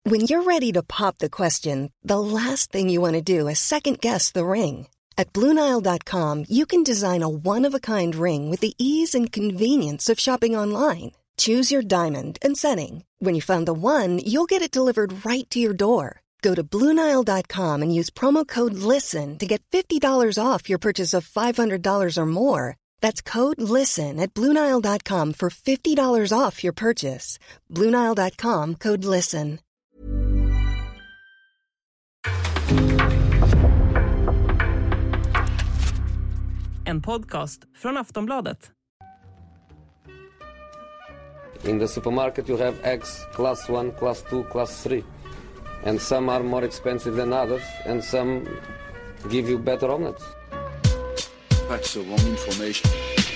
When you're ready to pop the question, the last thing you want to do is second-guess the ring. At BlueNile.com, you can design a one-of-a-kind ring with the ease and convenience of shopping online. Choose your diamond and setting. When you find the one, you'll get it delivered right to your door. Go to BlueNile.com and use promo code LISTEN to get $50 off your purchase of $500 or more. That's code LISTEN at BlueNile.com for $50 off your purchase. BlueNile.com, code LISTEN. En podcast från Aftonbladet. In the supermarket you have eggs class 1, class 2, class 3. And some are more expensive than others, and some give you better omelets. That's the wrong information.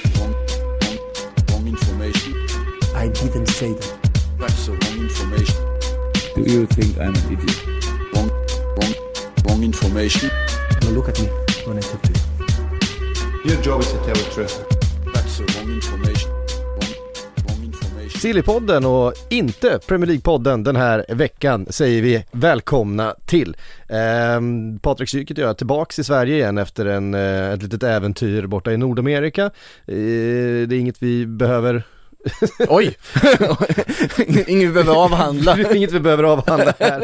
Wrong information. I didn't say that. That's the wrong information. Do you think I'm an idiot? Wrong information. Now look at me when I talk to you. Your job is to tell the truth. That's the wrong information. Wrong information. Sillypodden och inte Premier League-podden den här veckan säger vi välkomna till. Patrik Sykert och jag är tillbaks i Sverige igen efter ett litet äventyr borta i Nordamerika. Det är inget vi behöver... Oj! Inget vi behöver avhandla. Inget vi behöver avhandla här.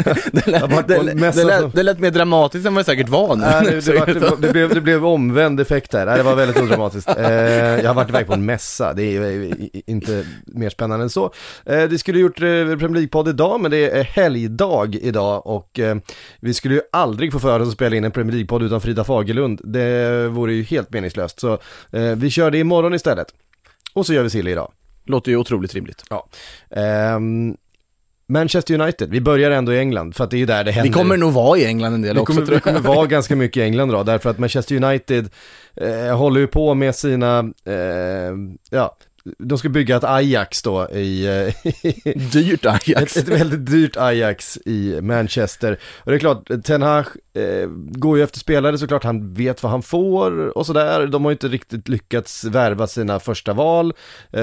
Det lät mer dramatiskt än vad jag säkert var nu. Det blev omvänd effekt här. Det var väldigt odramatiskt. Jag har varit iväg på en mässa. Det är inte mer spännande än så. Det skulle gjort Premier League-podd idag, men det är helgdag idag och vi skulle ju aldrig få för oss att spela in en Premier League-podd utan Frida Fagerlund. Det vore ju helt meningslöst. Så vi kör det imorgon istället. Och så gör vi Silly idag. Låter ju otroligt rimligt. Ja. Manchester United, vi börjar ändå i England för att det är ju där det händer. Vi kommer nog vara i England en del också. Vi kommer vara ganska mycket i England då, därför att Manchester United håller ju på med sina de ska bygga ett Ajax då dyrt Ajax. Ett väldigt dyrt Ajax i Manchester. Och det är klart, Ten Hag går ju efter spelare, såklart han vet vad han får och sådär. De har ju inte riktigt lyckats värva sina första val.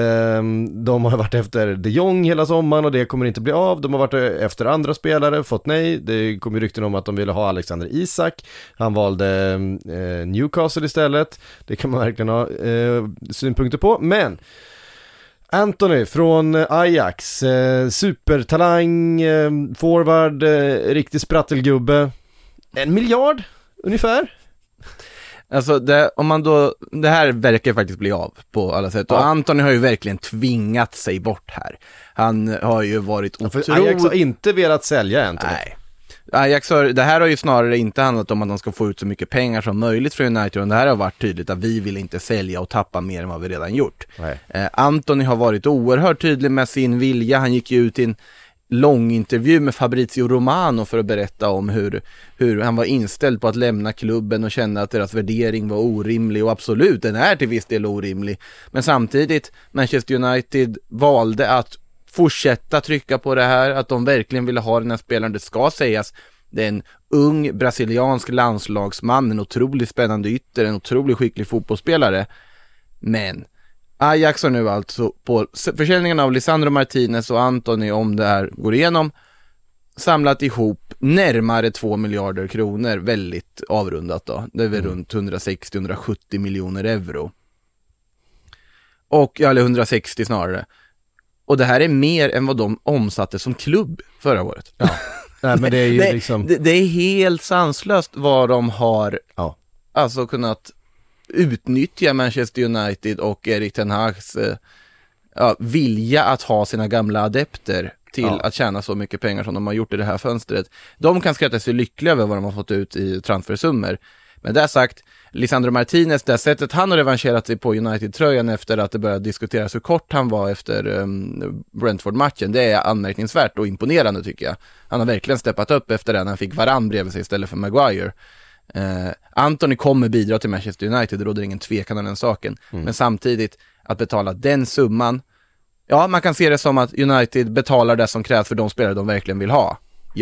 De har varit efter De Jong hela sommaren och det kommer inte bli av. De har varit efter andra spelare, fått nej. Det kom ju rykten om att de ville ha Alexander Isak. Han valde Newcastle istället. Det kan man verkligen ha synpunkter på. Men Anthony från Ajax, supertalang, forward, riktig sprattelgubbe. 1 miljard ungefär. Alltså det här verkar faktiskt bli av på alla sätt. Och Anthony har ju verkligen tvingat sig bort här. Han har ju varit otroligt... Ajax har inte velat sälja Anthony. Nej. Det här har ju snarare inte handlat om att de ska få ut så mycket pengar som möjligt från United, och det här har varit tydligt att vi vill inte sälja och tappa mer än vad vi redan gjort. Anthony har varit oerhört tydlig med sin vilja. Han gick ju ut i en lång intervju med Fabrizio Romano för att berätta om hur han var inställd på att lämna klubben och känna att deras värdering var orimlig, och absolut, den är till viss del orimlig. Men samtidigt, Manchester United valde att fortsätta trycka på det här, att de verkligen ville ha den här spelaren. Det ska sägas, det är en ung brasiliansk landslagsman, en otroligt spännande ytter, en otroligt skicklig fotbollsspelare. Men Ajax har nu alltså på försäljningen av Lisandro Martinez och Anthony, om det här går igenom, samlat ihop närmare 2 miljarder kronor, väldigt avrundat då. Det är väl runt 160-170 miljoner euro. Eller 160 snarare. Och det här är mer än vad de omsatte som klubb förra året. Ja. Nej, men det är ju liksom... det är helt sanslöst vad de har alltså kunnat utnyttja Manchester United och Erik Ten Hags vilja att ha sina gamla adepter till att tjäna så mycket pengar som de har gjort i det här fönstret. De kan skratta sig lyckliga över vad de har fått ut i transfersummor. Men det sagt, Lisandro Martinez, det sättet han har revanscherat sig på United-tröjan efter att det började diskuteras hur kort han var efter Brentford-matchen, det är anmärkningsvärt och imponerande tycker jag. Han har verkligen steppat upp efter den. Han fick Varane bredvid sig istället för Maguire. Anthony kommer bidra till Manchester United, det råder ingen tvekan om den saken. Men samtidigt, att betala den summan, man kan se det som att United betalar det som krävs för de spelare de verkligen vill ha. Ja,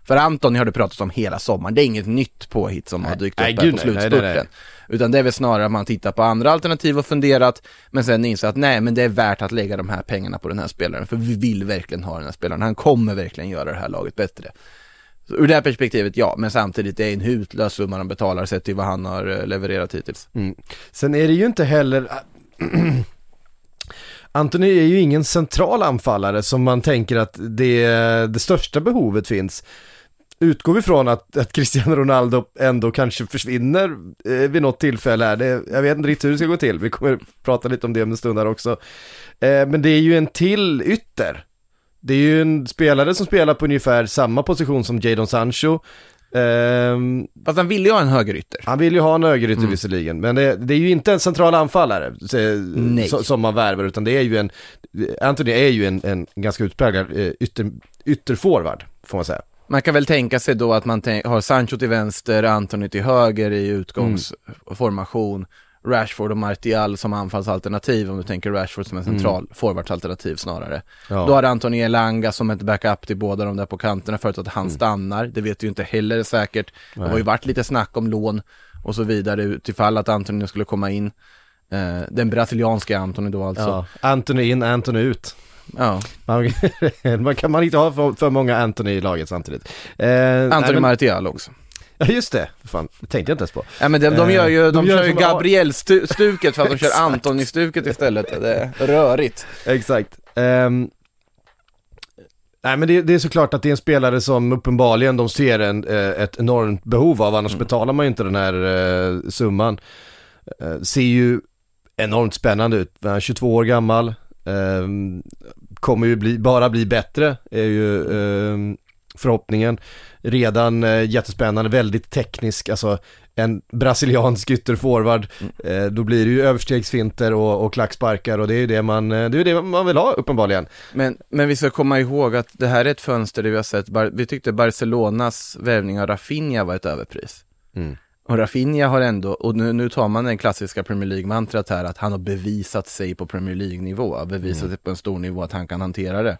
För Antoni har det pratats om hela sommaren. Det är inget nytt påhitt som har dykt upp här på slutspurten. Nej. Utan det är väl snarare att man tittar på andra alternativ och funderat, men sen inser att nej, men det är värt att lägga de här pengarna på den här spelaren, för vi vill verkligen ha den här spelaren. Han kommer verkligen göra det här laget bättre. Så ur det här perspektivet, ja, men samtidigt är det en hutlös summa de betalar sett till vad han har levererat hittills. Sen är det ju inte heller Antoni är ju ingen central anfallare som man tänker att det största behovet finns. Utgår vi från att Cristiano Ronaldo ändå kanske försvinner vid något tillfälle här. Jag vet inte riktigt hur det ska gå till. Vi kommer prata lite om det om en stund här också. Men det är ju en till ytter. Det är ju en spelare som spelar på ungefär samma position som Jadon Sancho. Fast han vill ju ha en högerytter. Han vill ju ha en högerytter visserligen. Men det är ju inte en central anfallare som man värvar, utan det är ju Antoni är ju en ganska utpräglad ytterforward, får man säga. Man kan väl tänka sig då att man har Sancho till vänster, Antoni till höger i utgångsformation, Rashford och Martial som anfallsalternativ, om du tänker Rashford som en central forwardsalternativ snarare. Ja. Då har Antoni Elanga som ett backup till båda de där på kanterna för att han stannar. Det vet ju inte heller säkert. Nej. Det har ju varit lite snack om lån och så vidare utifall att Antoni skulle komma in. Den brasilianska Antoni då alltså. Ja. Antoni in, Antoni ut. Ja. Man kan inte ha för många Antoni i laget samtidigt. Antoni Martial också. Ja, just det. Fan, det tänkte jag inte ens på. Ja, men de kör ju Gabriel-stuket för att de kör Antoni-stuket istället. Det är rörigt. Exakt. Nej, men det är såklart att det är en spelare som uppenbarligen de ser ett enormt behov av, annars betalar man ju inte den här summan. Ser ju enormt spännande ut. Han är 22 år gammal. Kommer ju bara bli bättre, är ju förhoppningen. Redan jättespännande, väldigt teknisk, alltså en brasiliansk ytterforward. Då blir det ju överstegsfinter och klacksparkar, och det är ju det man vill ha uppenbarligen. Men vi ska komma ihåg att det här är ett fönster där vi har sett, vi tyckte Barcelonas värvning av Rafinha var ett överpris. Och Rafinha har ändå, och nu tar man den klassiska Premier League-mantrat här, att han har bevisat sig på Premier League-nivå, bevisat sig på en stor nivå att han kan hantera det.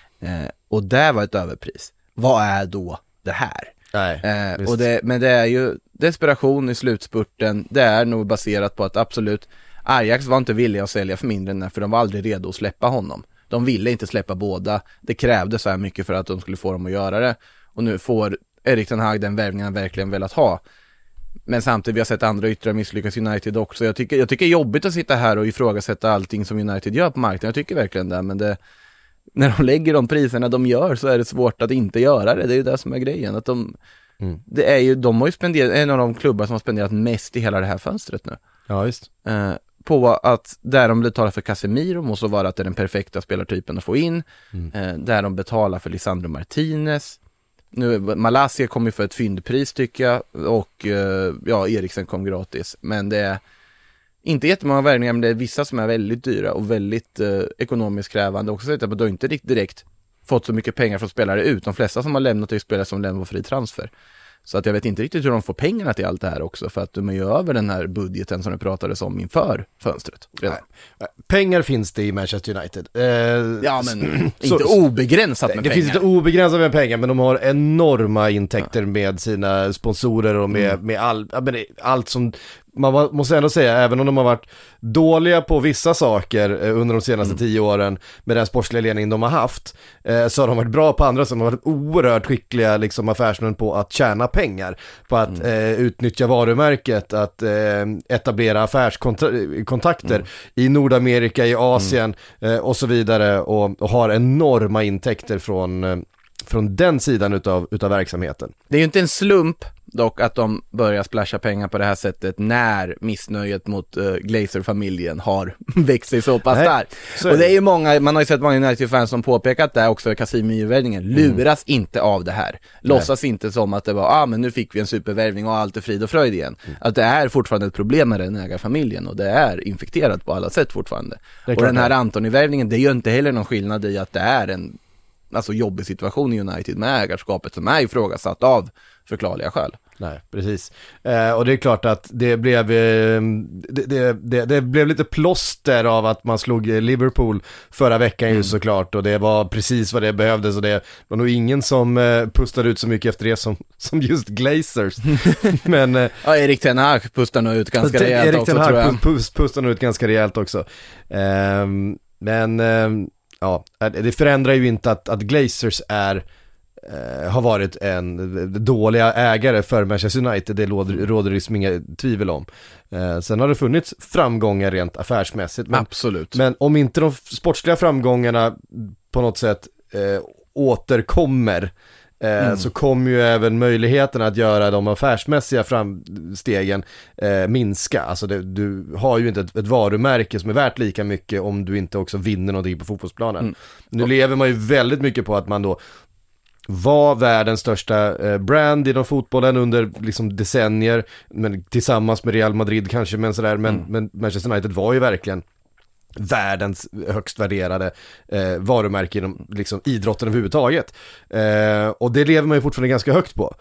Och det var ett överpris. Vad är då det här? Nej, men det är ju desperation i slutspurten. Det är nog baserat på att absolut Ajax var inte villiga att sälja för mindre än, för de var aldrig redo att släppa honom. De ville inte släppa båda. Det krävdes så här mycket för att de skulle få dem att göra det. Och nu får Erik ten Hag den värvningen han verkligen velat ha. Men samtidigt, vi har sett andra yttrar misslyckas United också. Jag tycker det är jobbigt att sitta här och ifrågasätta allting som United gör på marknaden. Jag tycker verkligen det, men när de lägger de priserna de gör så är det svårt att inte göra det. Det är ju det som är grejen. Att de har ju spenderat, en av de klubbar som har spenderat mest i hela det här fönstret nu. Ja, just. På att där de betalar för Casemiro måste vara att det är den perfekta spelartypen att få in. Där de betalar för Lisandro Martinez. Nu, Malaysia kom ju för ett fyndpris tycker jag, och Eriksen kom gratis, men det är inte jättemånga värvningar, men det är vissa som är väldigt dyra och väldigt ekonomiskt krävande också, så att du inte direkt fått så mycket pengar från spelare ut. De flesta som har lämnat är ju spelare som lämnar fri transfer. Så att jag vet inte riktigt hur de får pengarna till allt det här också, för att de är ju över den här budgeten som det pratades om inför fönstret redan. Pengar finns det i Manchester United. Ja, men inte obegränsat med pengar. Det finns inte obegränsat med pengar, men de har enorma intäkter med sina sponsorer och med allt som man måste ändå säga, även om de har varit dåliga på vissa saker under de senaste 10 åren med den sportsliga ledningen de har haft, så har de varit bra på andra som har varit oerhört skickliga liksom affärsmän på att tjäna pengar, på att utnyttja varumärket, att etablera affärskontakter i Nordamerika, i Asien och så vidare, och har enorma intäkter från den sidan utav verksamheten. Det är ju inte en slump dock att de börjar splasha pengar på det här sättet när missnöjet mot Glazer-familjen har växt sig så pass starkt. Och det är ju många, man har ju sett många United-fans som påpekat det också i Casemiro-värvningen. Luras inte av det här. Låtsas inte som att det var, men nu fick vi en supervärvning och allt är frid och fröjd igen. Att det är fortfarande ett problem med den ägarfamiljen, och det är infekterat på alla sätt fortfarande. Och den här Antoni-värvningen, det är ju inte heller någon skillnad i att det är en jobbig situation i United med ägarskapet som är ifrågasatt av förklarliga skäl. Nej, precis. Och det är klart att det blev det blev lite plåster av att man slog Liverpool förra veckan ju såklart, och det var precis vad det behövdes, och det var nog ingen som pustade ut så mycket efter det som just Glazers. Men ja, Erik Ten Hag pustar nog ut ganska rejält också, tror jag. Pustar nog ut ganska rejält också. Ja, det förändrar ju inte att Glazers har varit en dåliga ägare för Manchester United, det råder liksom inga tvivel om. Sen har det funnits framgångar rent affärsmässigt. Absolut. Men om inte de sportsliga framgångarna på något sätt återkommer, så kommer ju även möjligheten att göra de affärsmässiga framstegen minska. Alltså du har ju inte ett varumärke som är värt lika mycket om du inte också vinner någonting på fotbollsplanen. Nu lever man ju väldigt mycket på att man då var världens största brand inom fotbollen under liksom decennier, men tillsammans med Real Madrid kanske, men Manchester United var ju verkligen världens högst värderade varumärke inom liksom idrotten överhuvudtaget. Och det lever man ju fortfarande ganska högt på.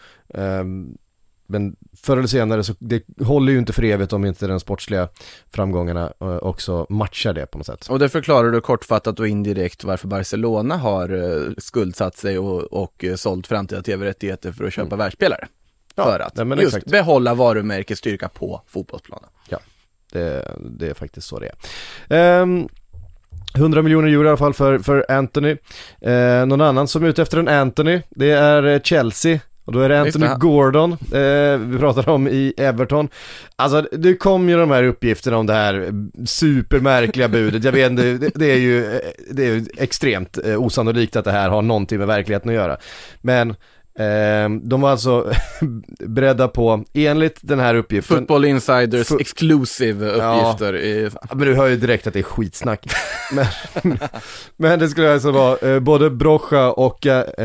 Men förr eller senare så det håller ju inte för evigt om inte den sportsliga framgångarna också matchar det på något sätt. Och det förklarar du kortfattat och indirekt varför Barcelona har skuldsatt sig och sålt framtida tv-rättigheter för att köpa världsspelare. För att just behålla varumärkesstyrka på fotbollsplanen. Ja, det är faktiskt så det är. 100 miljoner euro i alla fall för Anthony. Någon annan som är ute efter en Anthony, det är Chelsea. Och då är det Anthony Gordon vi pratar om i Everton. Alltså det kom ju de här uppgifterna om det här supermärkliga budet. Jag vet inte, det är ju extremt osannolikt att det här har någonting med verkligheten att göra. Men de var alltså beredda på, enligt den här uppgiften, Football Insiders exclusive uppgifter. Ja, men du hör ju direkt att det är skitsnack. men det skulle alltså vara både Brocha och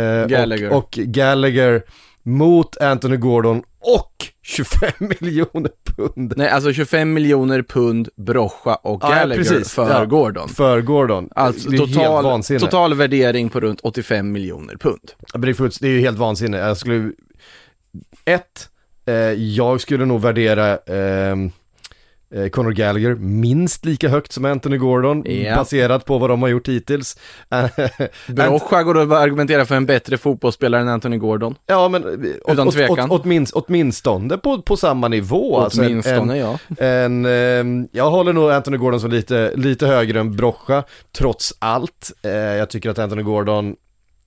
Gallagher mot Anthony Gordon och 25 miljoner pund. Nej, alltså 25 miljoner pund Brocha och Gallagher för Gordon. För Gordon. Alltså total värdering på runt 85 miljoner pund. Det är ju helt vansinne. Jag skulle nog värdera Conor Gallagher minst lika högt som Anthony Gordon, baserat på vad de har gjort hittills. Brocha går att argumentera för en bättre fotbollsspelare än Anthony Gordon. Ja, men utan tvekan. Åtminstone på samma nivå. Åtminstone, jag håller nog Anthony Gordon som lite högre än Brocha, trots allt. Jag tycker att Anthony Gordon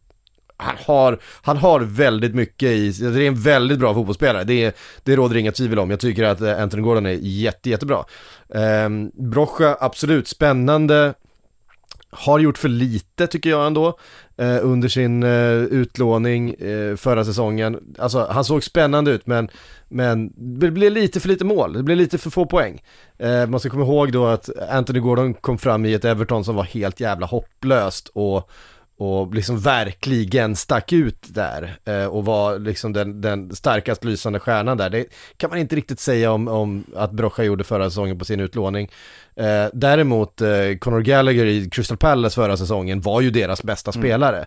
han har väldigt mycket det är en väldigt bra fotbollsspelare, det råder inga tvivel om. Jag tycker att Anthony Gordon är jättebra. Brocha, absolut spännande, har gjort för lite tycker jag ändå under sin utlåning förra säsongen. Alltså han såg spännande ut, men det blev lite för lite mål, det blev lite för få poäng. Man ska komma ihåg då att Anthony Gordon kom fram i ett Everton som var helt jävla hopplöst och liksom verkligen stack ut där och var liksom den starkast lysande stjärnan där. Det kan man inte riktigt säga om att Brocha gjorde förra säsongen på sin utlåning. Däremot Conor Gallagher i Crystal Palace förra säsongen var ju deras bästa spelare.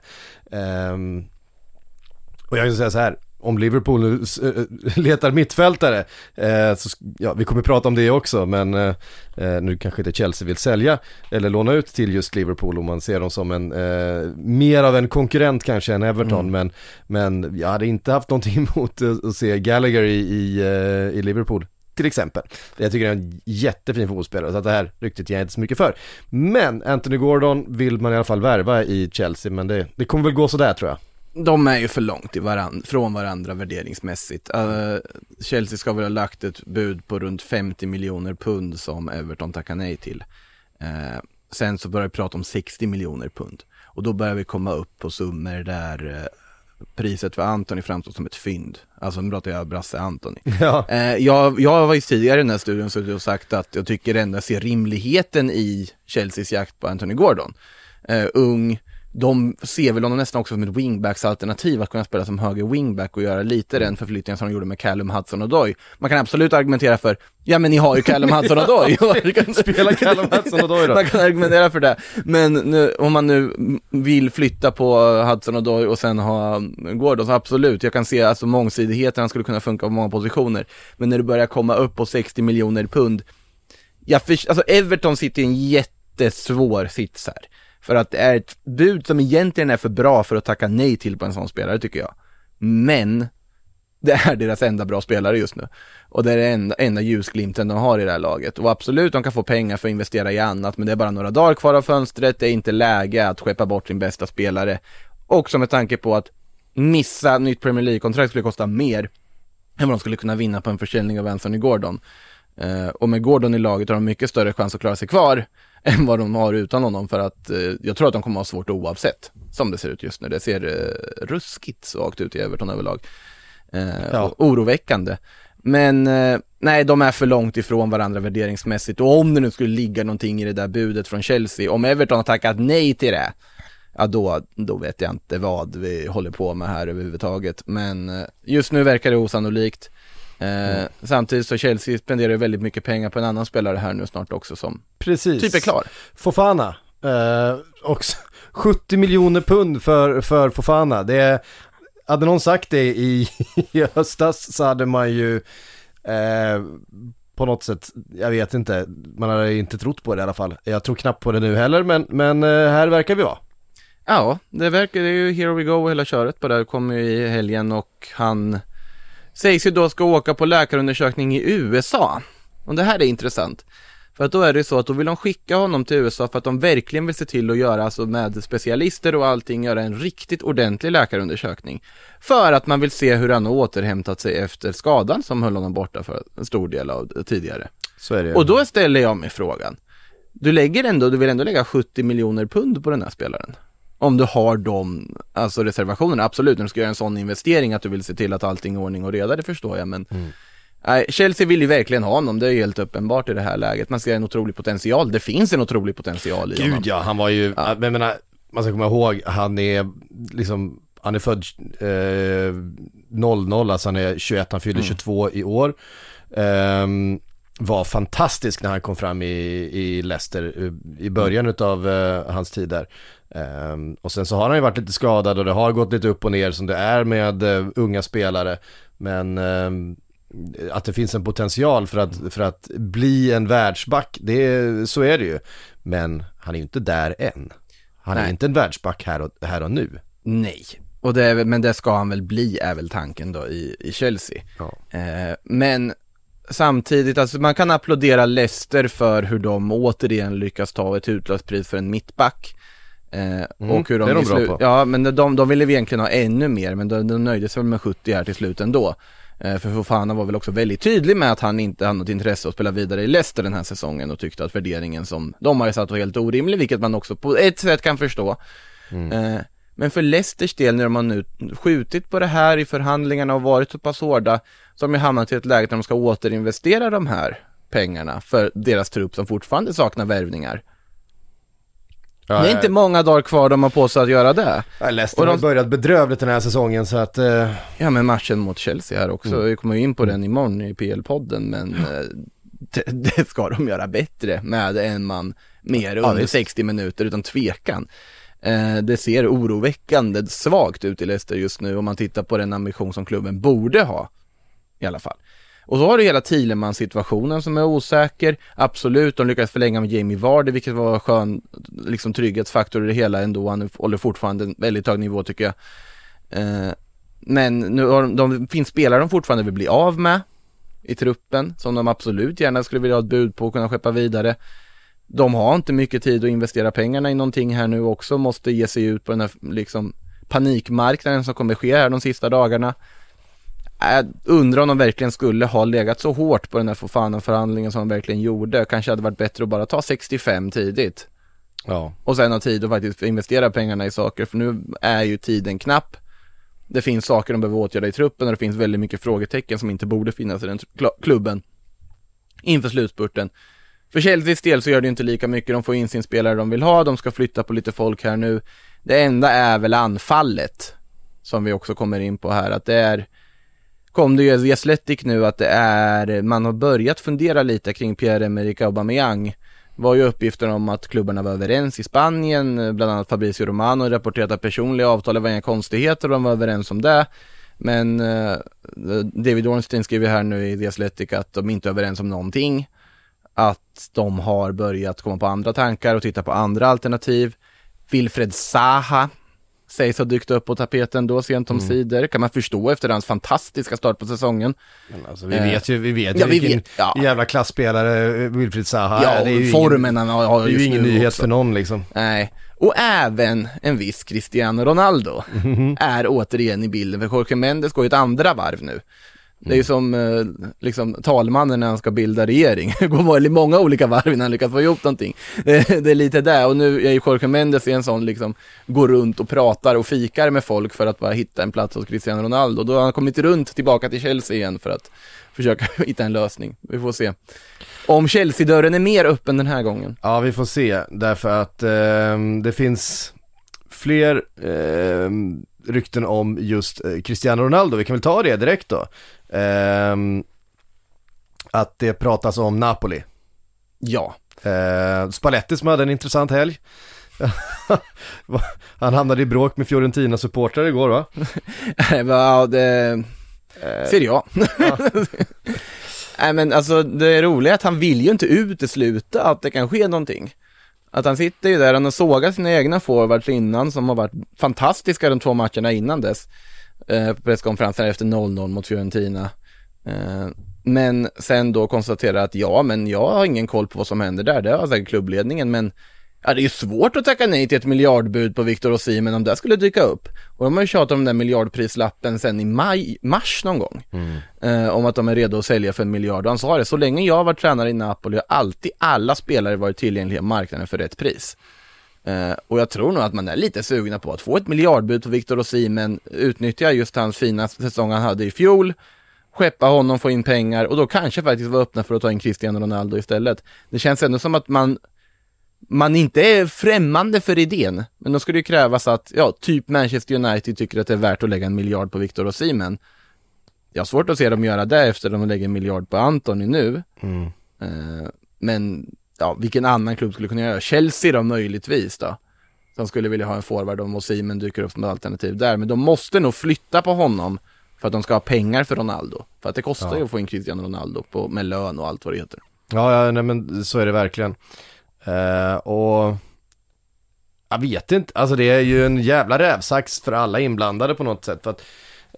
Och jag kan säga så här, om Liverpool letar mittfältare vi kommer prata om det också, men nu kanske inte Chelsea vill sälja eller låna ut till just Liverpool om man ser dem som en mer av en konkurrent kanske än Everton, men jag hade inte haft någonting emot att se Gallagher i Liverpool till exempel. Jag tycker det är en jättefin fotbollsspelare, så att det här ryktet ger jag inte så mycket för. Men Anthony Gordon vill man i alla fall värva i Chelsea, men det kommer väl gå så där tror jag. De är ju för långt från varandra värderingsmässigt. Chelsea ska väl ha lagt ett bud på runt 50 miljoner pund som Everton tackar nej till. Sen så börjar vi prata om 60 miljoner pund. Och då börjar vi komma upp på summor där priset för Anthony framstår som ett fynd. Alltså nu pratar jag Brasse Anthony. Ja. Jag var ju tidigare i den här studien och sagt att jag tycker ändå ser rimligheten i Chelseas jakt på Anthony Gordon. Ung, de ser väl honom nästan också som ett wingbacks-alternativ, att kunna spela som höger wingback och göra lite den förflyttningen som de gjorde med Callum Hudson-Odoi. Man kan absolut argumentera för, ja men ni har ju Callum Hudson-Odoi. Spela Callum Hudson-Odoi då. Man kan argumentera för det. Men nu, om man nu vill flytta på Hudson-Odoi och sen ha Gordon, så absolut. Jag kan se alltså mångsidigheten, han skulle kunna funka på många positioner. Men när du börjar komma upp på 60 miljoner pund, alltså Everton sitter i en jättesvår sits här. För att det är ett bud som egentligen är för bra för att tacka nej till på en sån spelare, tycker jag. Men det är deras enda bra spelare just nu. Och det är den enda ljusglimten de har i det här laget. Och absolut, de kan få pengar för att investera i annat, men det är bara några dagar kvar av fönstret. Det är inte läge att skeppa bort sin bästa spelare. Också med tanke på att missa nytt Premier League-kontrakt skulle kosta mer än vad de skulle kunna vinna på en försäljning av Anthony Gordon. Och med Gordon i laget har de mycket större chans att klara sig kvar än vad de har utan honom, för att jag tror att de kommer ha svårt oavsett som det ser ut just nu. Det ser ruskigt svagt ut i Everton överlag. Oroväckande. Men nej, de är för långt ifrån varandra värderingsmässigt, och om det nu skulle ligga någonting i det där budet från Chelsea, om Everton har tackat nej till det, ja då vet jag inte vad vi håller på med här överhuvudtaget. Men just nu verkar det osannolikt. Samtidigt så Chelsea spenderar väldigt mycket pengar på en annan spelare här nu snart också, som precis typ är klar. Fofana, också 70 miljoner pund för Fofana. Det hade någon sagt det i höstas, så hade man ju på något sätt, jag vet inte, man hade inte trott på det i alla fall. Jag tror knappt på det nu heller, men här verkar vi vara. Ja, det är ju here we go, hela köret på det kommer ju i helgen, och han sägs ju då ska åka på läkarundersökning i USA. Och det här är intressant. För att då är det så att då vill de skicka honom till USA för att de verkligen vill se till att göra, alltså med specialister och allting, göra en riktigt ordentlig läkarundersökning. För att man vill se hur han har återhämtat sig efter skadan som höll honom borta för en stor del av tidigare. Så är det. Och då ställer jag mig frågan. Du vill ändå lägga 70 miljoner pund på den här spelaren. Om du har de, alltså reservationerna, absolut, när du ska göra en sån investering att du vill se till att allting är ordning och reda, det förstår jag, men Chelsea vill ju verkligen ha honom, det är ju helt uppenbart i det här läget. Man ser en otrolig potential, det finns en otrolig potential i honom. Gud ja, han var ju, men menar, man ska komma ihåg, han är född 00, alltså han är 21, han fyller 22 i år. Var fantastisk när han kom fram i Leicester i början av hans tid där. Och sen så har han ju varit lite skadad och det har gått lite upp och ner som det är med unga spelare, men att det finns en potential för att bli en världsback, så är det ju, men han är ju inte där än. Han är inte en världsback här och nu. Nej, men det ska han väl bli, är väl tanken då i Chelsea. Ja. Men samtidigt, alltså man kan applådera Leicester för hur de återigen lyckas ta ett utlöspris för en mittback. Och hur de bra på. Ja, men de ville egentligen ha ännu mer, men de nöjde sig väl med 70 här till slut ändå. För Fofana var väl också väldigt tydlig med att han inte hade något intresse att spela vidare i Leicester den här säsongen, och tyckte att värderingen som de har satt var helt orimlig, vilket man också på ett sätt kan förstå. Men för Leicesters del, när man nu skjutit på det här i förhandlingarna och varit så pass hårda, så har de hamnat i ett läge där de ska återinvestera de här pengarna för deras trupp som fortfarande saknar värvningar. Det är inte många dagar kvar de har på sig att göra det. Leicester har börjat bedrövligt den här säsongen, så att ja, men matchen mot Chelsea här också. Vi kommer ju in på den imorgon i PL-podden, men det ska de göra bättre med en man mer under 60 minuter utan tvekan. Det ser oroväckande svagt ut i Leicester just nu om man tittar på den ambition som klubben borde ha i alla fall. Och så har du hela Thielemans-situationen som är osäker. Absolut, de lyckades förlänga med Jamie Vardy, vilket var en skön trygghetsfaktor i det hela ändå. Han håller fortfarande en väldigt hög nivå, tycker jag. Men nu de finns spelare de fortfarande vill bli av med i truppen, som de absolut gärna skulle vilja ha ett bud på och kunna skeppa vidare. De har inte mycket tid att investera pengarna i någonting här nu också. Måste ge sig ut på den här panikmarknaden som kommer ske här de sista dagarna. Jag undrar om de verkligen skulle ha legat så hårt på den här Fofana-förhandlingen som de verkligen gjorde. Kanske hade varit bättre att bara ta 65 tidigt. Ja. Och sen ha tid att faktiskt investera pengarna i saker. För nu är ju tiden knapp. Det finns saker de behöver åtgärda i truppen, och det finns väldigt mycket frågetecken som inte borde finnas i den klubben inför slutspurten. För Chelseas del så gör det inte lika mycket. De får in sin spelare de vill ha. De ska flytta på lite folk här nu. Det enda är väl anfallet, som vi också kommer in på här, att det är, kom det ju i Athletic nu att det är, man har börjat fundera lite kring Pierre-Emerick Aubameyang. Var ju uppgifter om att klubbarna var överens i Spanien, bland annat Fabrizio Romano rapporterat att personliga avtal var inga konstigheter och de var överens om det. Men David Ornstein skriver här nu i The Athletic att de inte är överens om någonting, att de har börjat komma på andra tankar och titta på andra alternativ. Wilfred Zaha sägs ha dykt upp på tapeten då sent om sidor. Kan man förstå efter hans fantastiska start på säsongen. Men alltså, vi vet ju vilken jävla klassspelare Wilfred Zaha är. Det är ju formen han har det är ju ingen nyhet för någon liksom. Nej. Och även en viss Cristiano Ronaldo är återigen i bilden. För Jorge Mendes går ju ett andra varv nu. Det är ju som liksom talmannen när han ska bilda regering. Det går många olika varv innan han lyckas få ihop någonting. Det är lite där. Och nu är ju Jorge Mendes en sån liksom, går runt och pratar och fikar med folk för att bara hitta en plats hos Cristiano Ronaldo. Då har han kommit runt tillbaka till Chelsea igen för att försöka hitta en lösning. Vi får se om Chelsea-dörren är mer öppen den här gången. Ja, vi får se. Därför att det finns fler rykten om just Cristiano Ronaldo. Vi kan väl ta det direkt då. Att det pratas om Napoli. Ja. Spalletti som hade en intressant helg. Han hamnade i bråk med Fiorentina-supportrar igår, va? Ja, det ser jag. Nej, men alltså det är roligt att han vill ju inte utesluta att det kan ske någonting. Att han sitter ju där och sågar sina egna forwards innan, som har varit fantastiska de 2 matcherna innan dess. På presskonferensen efter 0-0 mot Fiorentina. Men sen då konstaterar att men jag har ingen koll på vad som händer där. Det har säkert klubbledningen, men det är ju svårt att tacka nej till ett miljardbud på Victor Osimhen om det skulle dyka upp. Och de har ju tjatat om den där miljardprislappen sen i mars någon gång. Om att de är redo att sälja för 1 miljard. Och han sa det, så länge jag var tränare i Napoli har alltid alla spelare varit tillgängliga i marknaden för rätt pris. Och jag tror nog att man är lite sugna på att få ett miljardbud på Victor Osimhen, utnyttja just hans fina säsong han hade i fjol, skeppa honom, få in pengar och då kanske faktiskt vara öppna för att ta in Cristiano Ronaldo istället. Det känns ändå som att man inte är främmande för idén, men då skulle det krävas att typ Manchester United tycker att det är värt att lägga 1 miljard på Victor Osimhen. Jag har svårt att se dem göra det efter att de lägger 1 miljard på Antony nu. Men vilken annan klubb skulle kunna göra? Chelsea då möjligtvis då, som skulle vilja ha en forward om Osimhen dyker upp som alternativ där, men de måste nog flytta på honom för att de ska ha pengar för Ronaldo, för att det kostar ju att få in Cristiano Ronaldo med lön och allt vad det heter. Nej, men så är det verkligen. Och jag vet inte, alltså det är ju en jävla rävsax för alla inblandade på något sätt, för att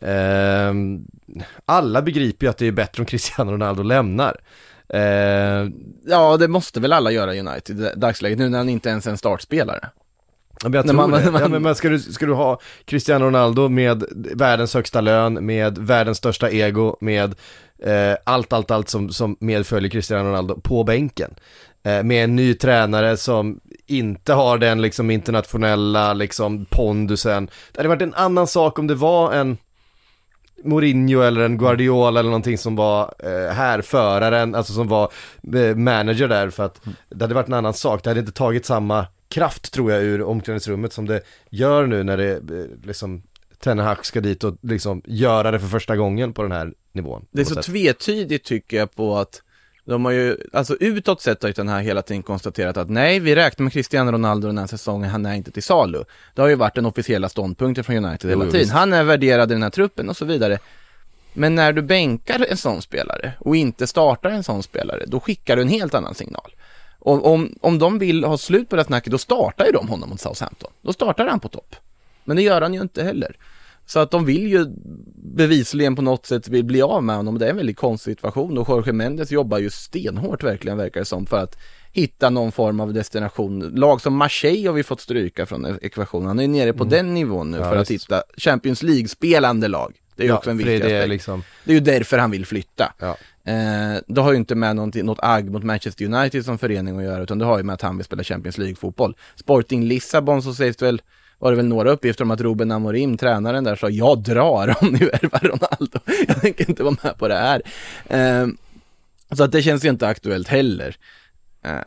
alla begriper ju att det är bättre om Cristiano Ronaldo lämnar. Ja, det måste väl alla göra i United i dagsläget nu när han inte ens är en startspelare. Men jag tror det. Men ska du ha Cristiano Ronaldo med världens högsta lön, med världens största ego, med allt som medföljer Cristiano Ronaldo på bänken, med en ny tränare som inte har den liksom internationella liksom pondusen. Det hade varit en annan sak om det var en Mourinho eller en Guardiola eller någonting som var härföraren, alltså som var manager där, för att det hade varit en annan sak. Det hade inte tagit samma kraft, tror jag, ur omklädningsrummet som det gör nu när det liksom Ten Hag ska dit och liksom göra det för första gången på den här nivån. Det är så tvetydigt tycker jag på att de har ju, alltså utåt sett har ju den här hela tiden konstaterat att nej, vi räknar med Cristiano Ronaldo den här säsongen, han är inte till salu. Det har ju varit den officiella ståndpunkten från United hela tiden. Han är värderad i den här truppen och så vidare. Men när du bänkar en sån spelare och inte startar en sån spelare, då skickar du en helt annan signal. Och om de vill ha slut på det snacket, då startar ju de honom mot Southampton. Då startar han på topp. Men det gör han ju inte heller. Så att de vill ju bevisligen på något sätt bli av med honom. Det är en väldigt konstig situation. Och Jorge Mendes jobbar ju stenhårt verkligen, verkar det som, för att hitta någon form av destination. Lag som Marseille har vi fått stryka från ekvationen. Han är nere på den nivån nu för att hitta Champions League-spelande lag. Det är ju också en viktig aspekt. Liksom... Det är ju därför han vill flytta. Ja. Det har ju inte med något agg mot Manchester United som förening att göra, utan det har ju med att han vill spela Champions League-fotboll. Sporting Lissabon, så sägs det väl, var det väl några uppgifter om att Ruben Amorim, tränaren där, sa jag drar om ni värvar Ronaldo. Jag tänker inte vara med på det här. Så att det känns ju inte aktuellt heller.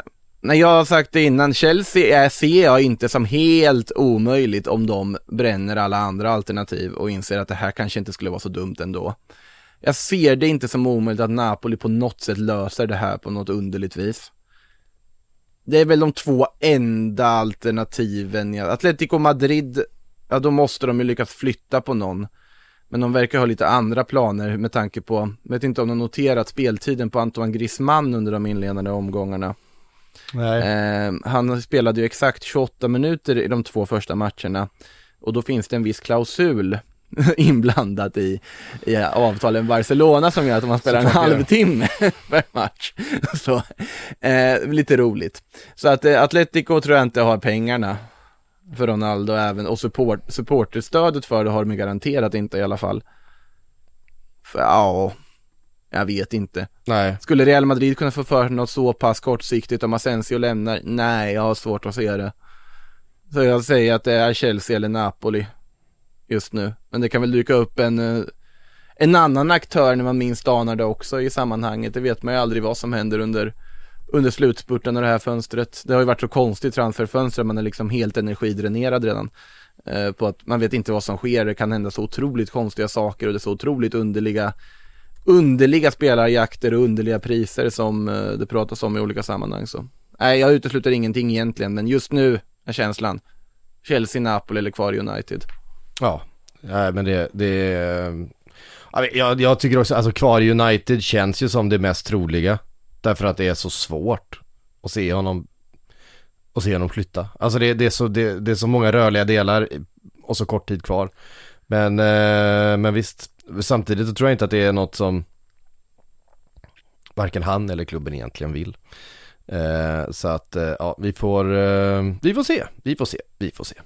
Nej, jag har sagt det innan, Chelsea ser jag inte som helt omöjligt om de bränner alla andra alternativ och inser att det här kanske inte skulle vara så dumt ändå. Jag ser det inte som omöjligt att Napoli på något sätt löser det här på något underligt vis. Det är väl de 2 enda alternativen. Atletico Madrid, ja då måste de ju lyckas flytta på någon. Men de verkar ha lite andra planer med tanke på, vet inte om de noterat speltiden på Antoine Griezmann under de inledande omgångarna. Nej. Han spelade ju exakt 28 minuter i de 2 första matcherna. Och då finns det en viss klausul inblandat i avtalen Barcelona som gör att man spelar en halvtimme per match. Så, lite roligt. Så att Atletico tror jag inte har pengarna för Ronaldo även, och supporterstödet för det har de garanterat inte i alla fall. För jag vet inte. Nej. Skulle Real Madrid kunna få för något så pass kortsiktigt om Asensio lämnar? Nej, jag har svårt att se det. Så jag säger att det är Chelsea eller Napoli just nu. Men det kan väl dyka upp en annan aktör när man minst anar det också i sammanhanget. Det vet man ju aldrig vad som händer under slutspurten av det här fönstret. Det har ju varit så konstigt transferfönster, man är liksom helt energidränerad redan. På att man vet inte vad som sker. Det kan hända så otroligt konstiga saker och det är så otroligt underliga spelarjakter och underliga priser som det pratas om i olika sammanhang. Så nej, jag utesluter ingenting egentligen, men just nu är känslan Chelsea, Napoli eller kvar United. Ja, men jag tycker också, alltså kvar United känns ju som det mest troliga, därför att det är så svårt att se honom flytta. Alltså det är så många rörliga delar och så kort tid kvar. Men visst, samtidigt så tror jag inte att det är något som varken han eller klubben egentligen vill. Så att ja, vi får se.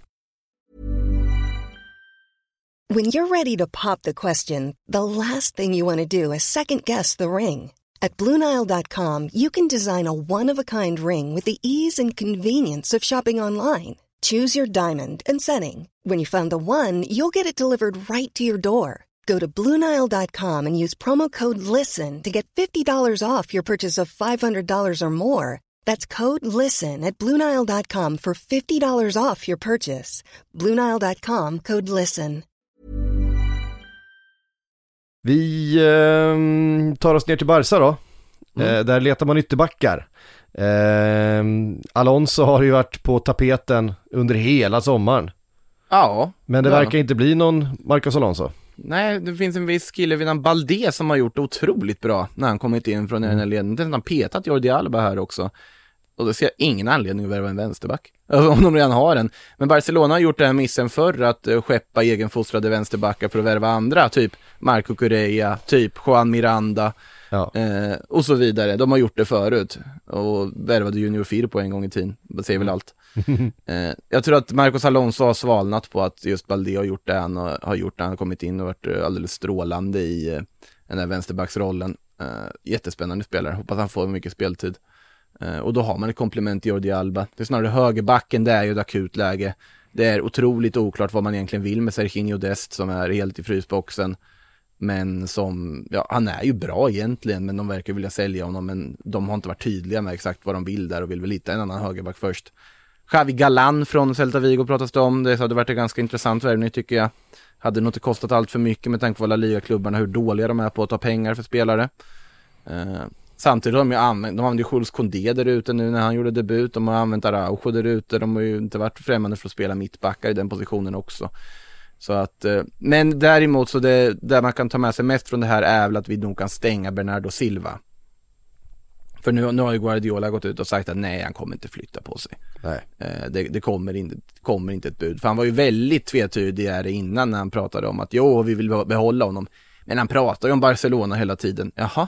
When you're ready to pop the question, the last thing you want to do is second guess the ring. At BlueNile.com, you can design a one-of-a-kind ring with the ease and convenience of shopping online. Choose your diamond and setting. When you find the one, you'll get it delivered right to your door. Go to BlueNile.com and use promo code LISTEN to get $50 off your purchase of $500 or more. That's code LISTEN at BlueNile.com for $50 off your purchase. BlueNile.com, code LISTEN. Vi tar oss ner till Barca då. Där letar man ytterbackar. Alonso har ju varit på tapeten under hela sommaren. Ja. Men det verkar inte bli någon Marcos Alonso. Nej, det finns en viss kille vid namn Balde som har gjort det otroligt bra när han kommit in från den här ledningen. Den har petat Jordi Alba här också. Och då ser jag ingen anledning att värva en vänsterback. Alltså, om de redan har en. Men Barcelona har gjort den här missen förr att skeppa egenfostrade vänsterbackar för att värva andra. Typ Marco Correa, typ Juan Miranda och så vidare. De har gjort det förut. Och värvade Junior Firpo en gång i tiden. Det säger väl allt. Jag tror att Marcos Alonso har svalnat på att just Balde har gjort det han har gjort. Han har kommit in och varit alldeles strålande i den här vänsterbacksrollen. Jättespännande spelare. Hoppas han får mycket speltid. Och då har man ett komplement till Jordi Alba. Det är snarare högerbacken, det är ju ett akut läge. Det är otroligt oklart vad man egentligen vill med Serginho Dest som är helt i frysboxen. Men som, han är ju bra egentligen, men de verkar vilja sälja honom. Men de har inte varit tydliga med exakt vad de vill där och vill väl hitta en annan högerback först. Xavi Galán från Celta Vigo pratas det om. Det hade varit en ganska intressant värvning tycker jag. Hade nog inte kostat allt för mycket med tanke på alla ligaklubbarna, hur dåliga de är på att ta pengar för spelare. Samtidigt har de använder Jules Koundé där ute nu när han gjorde debut. De har använt Araujo där ute. De har ju inte varit främmande för att spela mittbackar i den positionen också. Så att, men däremot så där man kan ta med sig mest från det här är väl att vi nog kan stänga Bernardo Silva. För nu har ju Guardiola gått ut och sagt att nej, han kommer inte flytta på sig. Nej. Det kommer inte ett bud. För han var ju väldigt tvetydig där innan när han pratade om att vi vill behålla honom. Men han pratar ju om Barcelona hela tiden. Jaha.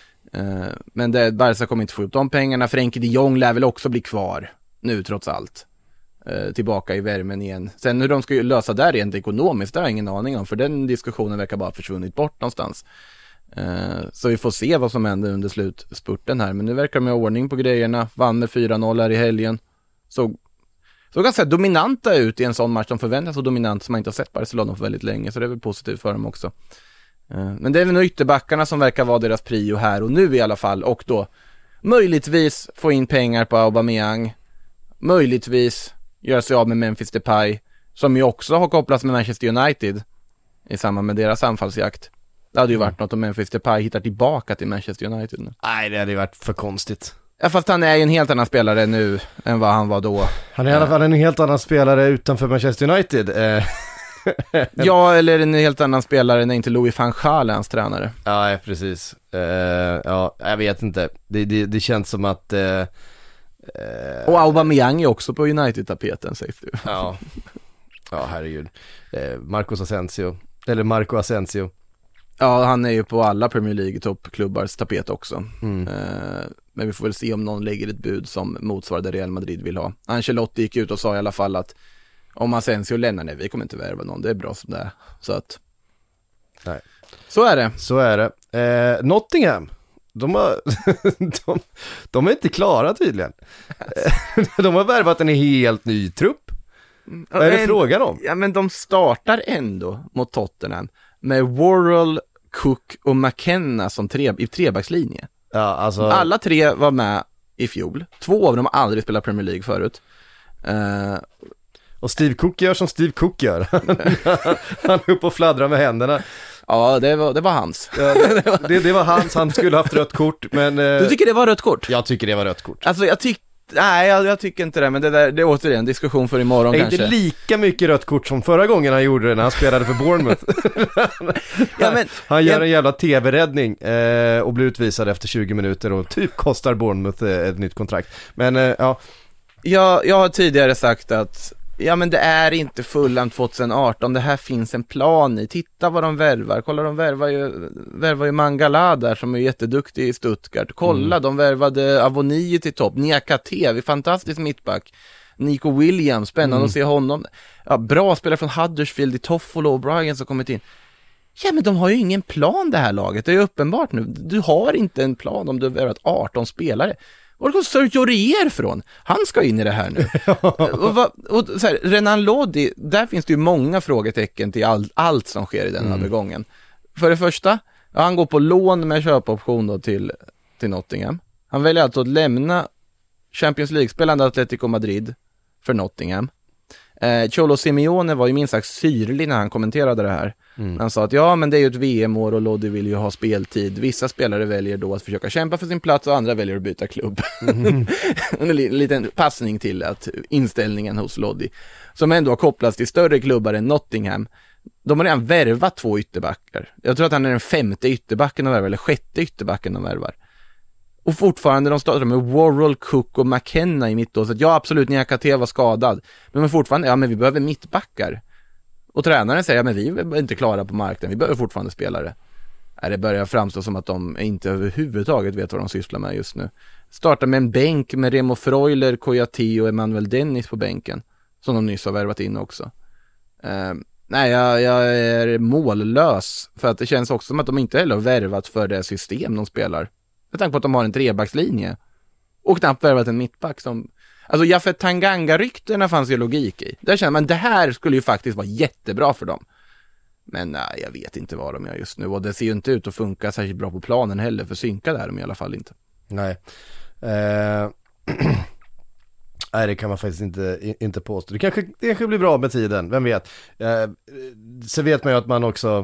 Men Barca kommer inte få ut de pengarna. Frenkie de Jong lär väl också bli kvar nu trots allt. Tillbaka i värmen igen. Sen hur de ska lösa där rent ekonomiskt, det har jag ingen aning om. För den diskussionen verkar bara försvunnit bort någonstans. Så vi får se vad som händer under slutspurten här. Men nu verkar de ha ordning på grejerna. Vann med 4-0 här i helgen. Så ganska dominanta ut i en sån match. De förväntas så dominant som man inte har sett Barcelona för väldigt länge. Så det är väl positivt för dem också. Men det är väl nog ytterbackarna som verkar vara deras prio här och nu i alla fall. Och då Möjligtvis få in pengar på Aubameyang. Möjligtvis göra sig av med Memphis Depay, som ju också har kopplats med Manchester United i samband med deras anfallsjakt. Det hade ju varit något om Memphis Depay hittar tillbaka till Manchester United nu. Nej, det hade ju varit för konstigt. Ja, fast han är ju en helt annan spelare nu än vad han var då. Han är i alla fall en helt annan spelare utanför Manchester United. Ja, eller en helt annan spelare när inte Louis van Gaal är hans tränare. Ja, precis. Ja, jag vet inte. Det känns som att... Och Aubameyang är också på United-tapeten, sägs du. Ja, herregud. Marco Asensio. Ja, han är ju på alla Premier League-toppklubbars tapet också. Men vi får väl se om någon lägger ett bud som motsvarar det Real Madrid vill ha. Ancelotti gick ut och sa i alla fall att om Asensio lämnar, nej, vi kommer inte värva någon, det är bra som det är. Så att... Nej. Så är det. Så är det. Nottingham, de är inte klara tydligen. De har värvat en helt ny trupp. Vad är det frågan om? Ja, men de startar ändå mot Tottenham med Worrell, Cook och McKenna som i trebackslinje. Ja, alltså... Alla tre var med i fjol. 2 av dem har aldrig spelat Premier League förut. Och Steve Cook gör som Steve Cook gör. Han är uppe och fladdrar med händerna. Ja, det var hans. Det var hans, han skulle haft rött kort, men... Du tycker det var rött kort? Jag tycker det var rött kort. Alltså jag tycker inte det, men det är återigen en diskussion för imorgon det är kanske. Inte lika mycket rött kort som förra gången han gjorde det när han spelade för Bournemouth. Han gör en jävla tv-räddning och blir utvisad efter 20 minuter och typ kostar Bournemouth ett nytt kontrakt. Men ja. Jag har tidigare sagt att men det är inte Fulham 2018. Det här finns en plan i. Titta vad de värvar. Kolla, de värvar ju Mangala där som är jätteduktig i Stuttgart. Kolla, de värvade Avoni till topp. Niakate, fantastisk mittback. Nico Williams, spännande att se honom. Ja, bra spelare från Huddersfield i Toffolo och O'Brien som kommit in. Ja, men de har ju ingen plan det här laget. Det är ju uppenbart nu. Du har inte en plan om du har värvat 18 spelare. Var kommer Sergio Rier från? Han ska in i det här nu. och så här, Renan Lodi, där finns det ju många frågetecken till allt som sker i den övergången. För det första, han går på lån med köpoption då till Nottingham. Han väljer alltså att lämna Champions League-spelande Atletico Madrid för Nottingham. Cholo Simeone var ju minst sagt syrlig när han kommenterade det här. Han sa att men det är ju ett VM-år och Lodi vill ju ha speltid. Vissa spelare väljer då att försöka kämpa för sin plats och andra väljer att byta klubb. En liten passning till att inställningen hos Lodi, som ändå har kopplats till större klubbar än Nottingham. De har redan värvat 2 ytterbackar. Jag tror att han är den 5:e ytterbacken de värvar, eller 6:e ytterbacken de värvar. Och fortfarande de startar med Worrell, Cook och McKenna i mittåset. Ja, absolut, Niakate var skadad. Men fortfarande, men vi behöver mittbackar. Och tränaren säger, men vi är inte klara på marknaden. Vi behöver fortfarande spelare. Det börjar framstå som att de inte överhuvudtaget vet vad de sysslar med just nu. Startar med en bänk med Remo Freuler, Koyati och Emmanuel Dennis på bänken. Som de nyss har värvat in också. Jag är mållös. För att det känns också som att de inte heller har värvat för det system de spelar. Jag tänker på att de har en trebackslinje. Och knappt värvat en mittback som... Alltså Jafet Tanganga-ryktena fanns ju logik i. Där känner man, det här skulle ju faktiskt vara jättebra för dem. Men nej, jag vet inte vad de gör just nu. Och det ser ju inte ut att funka särskilt bra på planen heller. För synka där de i alla fall inte. Nej. Nej, det kan man faktiskt inte påstå. Det kanske blir bra med tiden, vem vet. Så vet man ju att man också...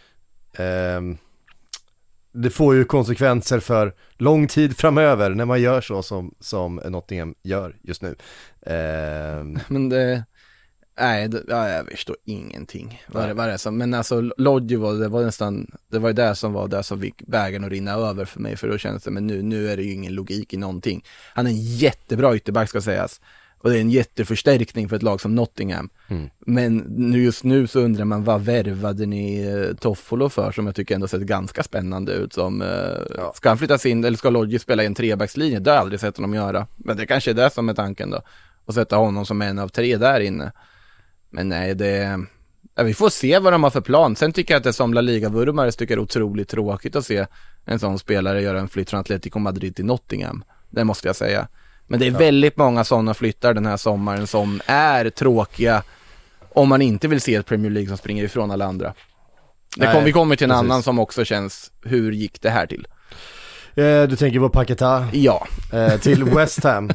det får ju konsekvenser för lång tid framöver när man gör så som Nottingham gör just nu. Men jag förstår ingenting. Vad det som, men alltså Lodge det var ju det som fick bägaren att rinna över för mig, för då kändes det, men nu är det ju ingen logik i någonting. Han är en jättebra ytterback ska sägas. Och det är en jätteförstärkning för ett lag som Nottingham. Men just nu så undrar man, vad värvade ni Toffolo för, som jag tycker ändå sett ganska spännande ut. Som, ska han flyttas in eller ska Lodge spela i en trebackslinje? Det har jag aldrig sett honom göra. Men det kanske är det som är tanken då. Och sätta honom som en av 3 där inne. Men nej, vi får se vad de har för plan. Sen tycker jag att det som La Liga-vurmare tycker det är otroligt tråkigt att se en sån spelare göra en flytt från Atletico Madrid till Nottingham. Det måste jag säga. Men det är väldigt många sådana flyttar den här sommaren som är tråkiga om man inte vill se ett Premier League som springer ifrån alla andra. Vi kommer till en annan som också känns, hur gick det här till? Du tänker på Paquetá? Ja. Till West Ham,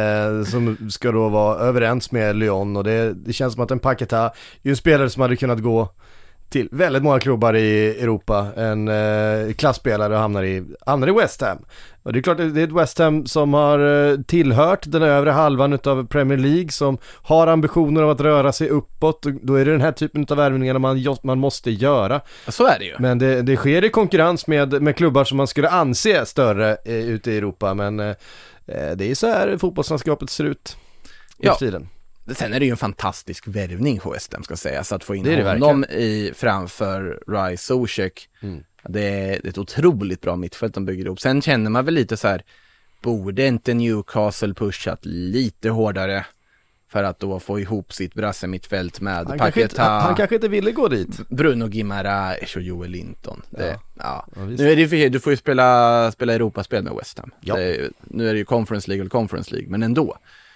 som ska då vara överens med Lyon, och det känns som att en Paquetá är ju en spelare som hade kunnat gå till väldigt många klubbar i Europa. En klassspelare hamnar i West Ham. Och det är klart, det är ett West Ham som har tillhört den övre halvan utav Premier League, som har ambitioner av att röra sig uppåt, och då är det den här typen av värvningar man måste göra. Så är det ju. Men det sker i konkurrens med klubbar som man skulle anse större ute i Europa, men det är så här fotbollslandskapet ser ut i tiden. Sen är det ju en fantastisk värvning på West Ham, ska säga, så att få in det honom framför Rice Soucek. Det är ett otroligt bra mittfält de bygger ihop. Sen känner man väl lite så här, borde inte Newcastle pushat lite hårdare för att då få ihop sitt brasse mittfält med Paquetá. Han kanske inte ville gå dit. Bruno Guimaraes och Joel Linton. Nu är det för du får ju spela Europaspel med West Ham. Ja. Nu är det ju Conference League, men ändå.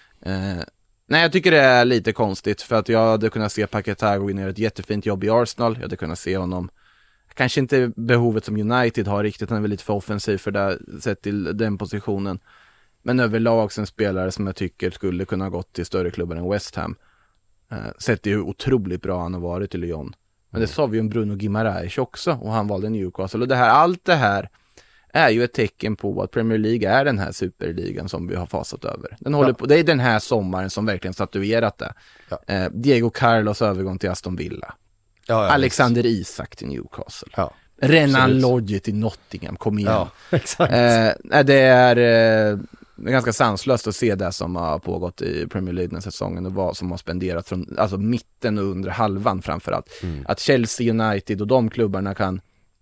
Nej, jag tycker det är lite konstigt, för att jag hade kunnat se Paquetá gå in och göra ett jättefint jobb i Arsenal. Jag hade kunnat se honom, kanske inte behovet som United har riktigt, han är väl lite för offensiv för det, sett till den positionen. Men överlag som spelare som jag tycker skulle kunna gått till större klubbar än West Ham. Sett hur otroligt bra han har varit i Lyon. Men det sa vi ju om Bruno Guimaraes också, och han valde Newcastle. Och allt det här är ju ett tecken på att Premier League är den här superligan som vi har fasat över. Den håller på, det är den här sommaren som verkligen statuerat det. Diego Carlos övergång till Aston Villa. Alexander Isak till Newcastle. Renan Lodge till Nottingham, kom igen. Ja, exakt. Det är ganska sanslöst att se det som har pågått i Premier League den säsongen, och vad som har spenderat från alltså mitten och under halvan framförallt. Att Chelsea, United och de klubbarna kan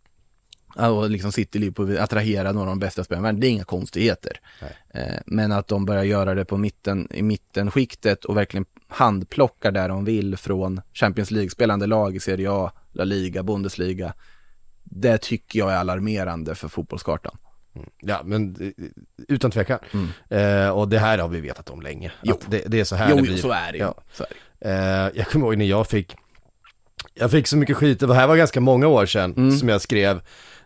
och liksom City Liverpool attrahera några av de bästa spelarna, det är inga konstigheter. Men att de börjar göra det i mittenskiktet och verkligen handplockar där de vill från Champions League-spelande lag i Serie A, La Liga, Bundesliga, det tycker jag är alarmerande för fotbollskartan. Ja, men utan tvekan. Och det här har vi vetat om länge. Att det är så här det blir. Så är det ju. Så är det. Jag kommer ihåg när jag fick så mycket skit. Det här var ganska många år sedan som jag skrev.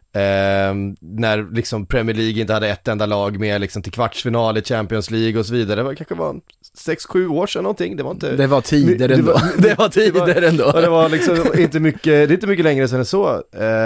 När liksom Premier League inte hade ett enda lag med liksom till kvartsfinal i Champions League och så vidare. Det kanske var 6-7 år sedan någonting. Det var tider ändå. Och det var liksom inte mycket, det är inte mycket längre sedan än så.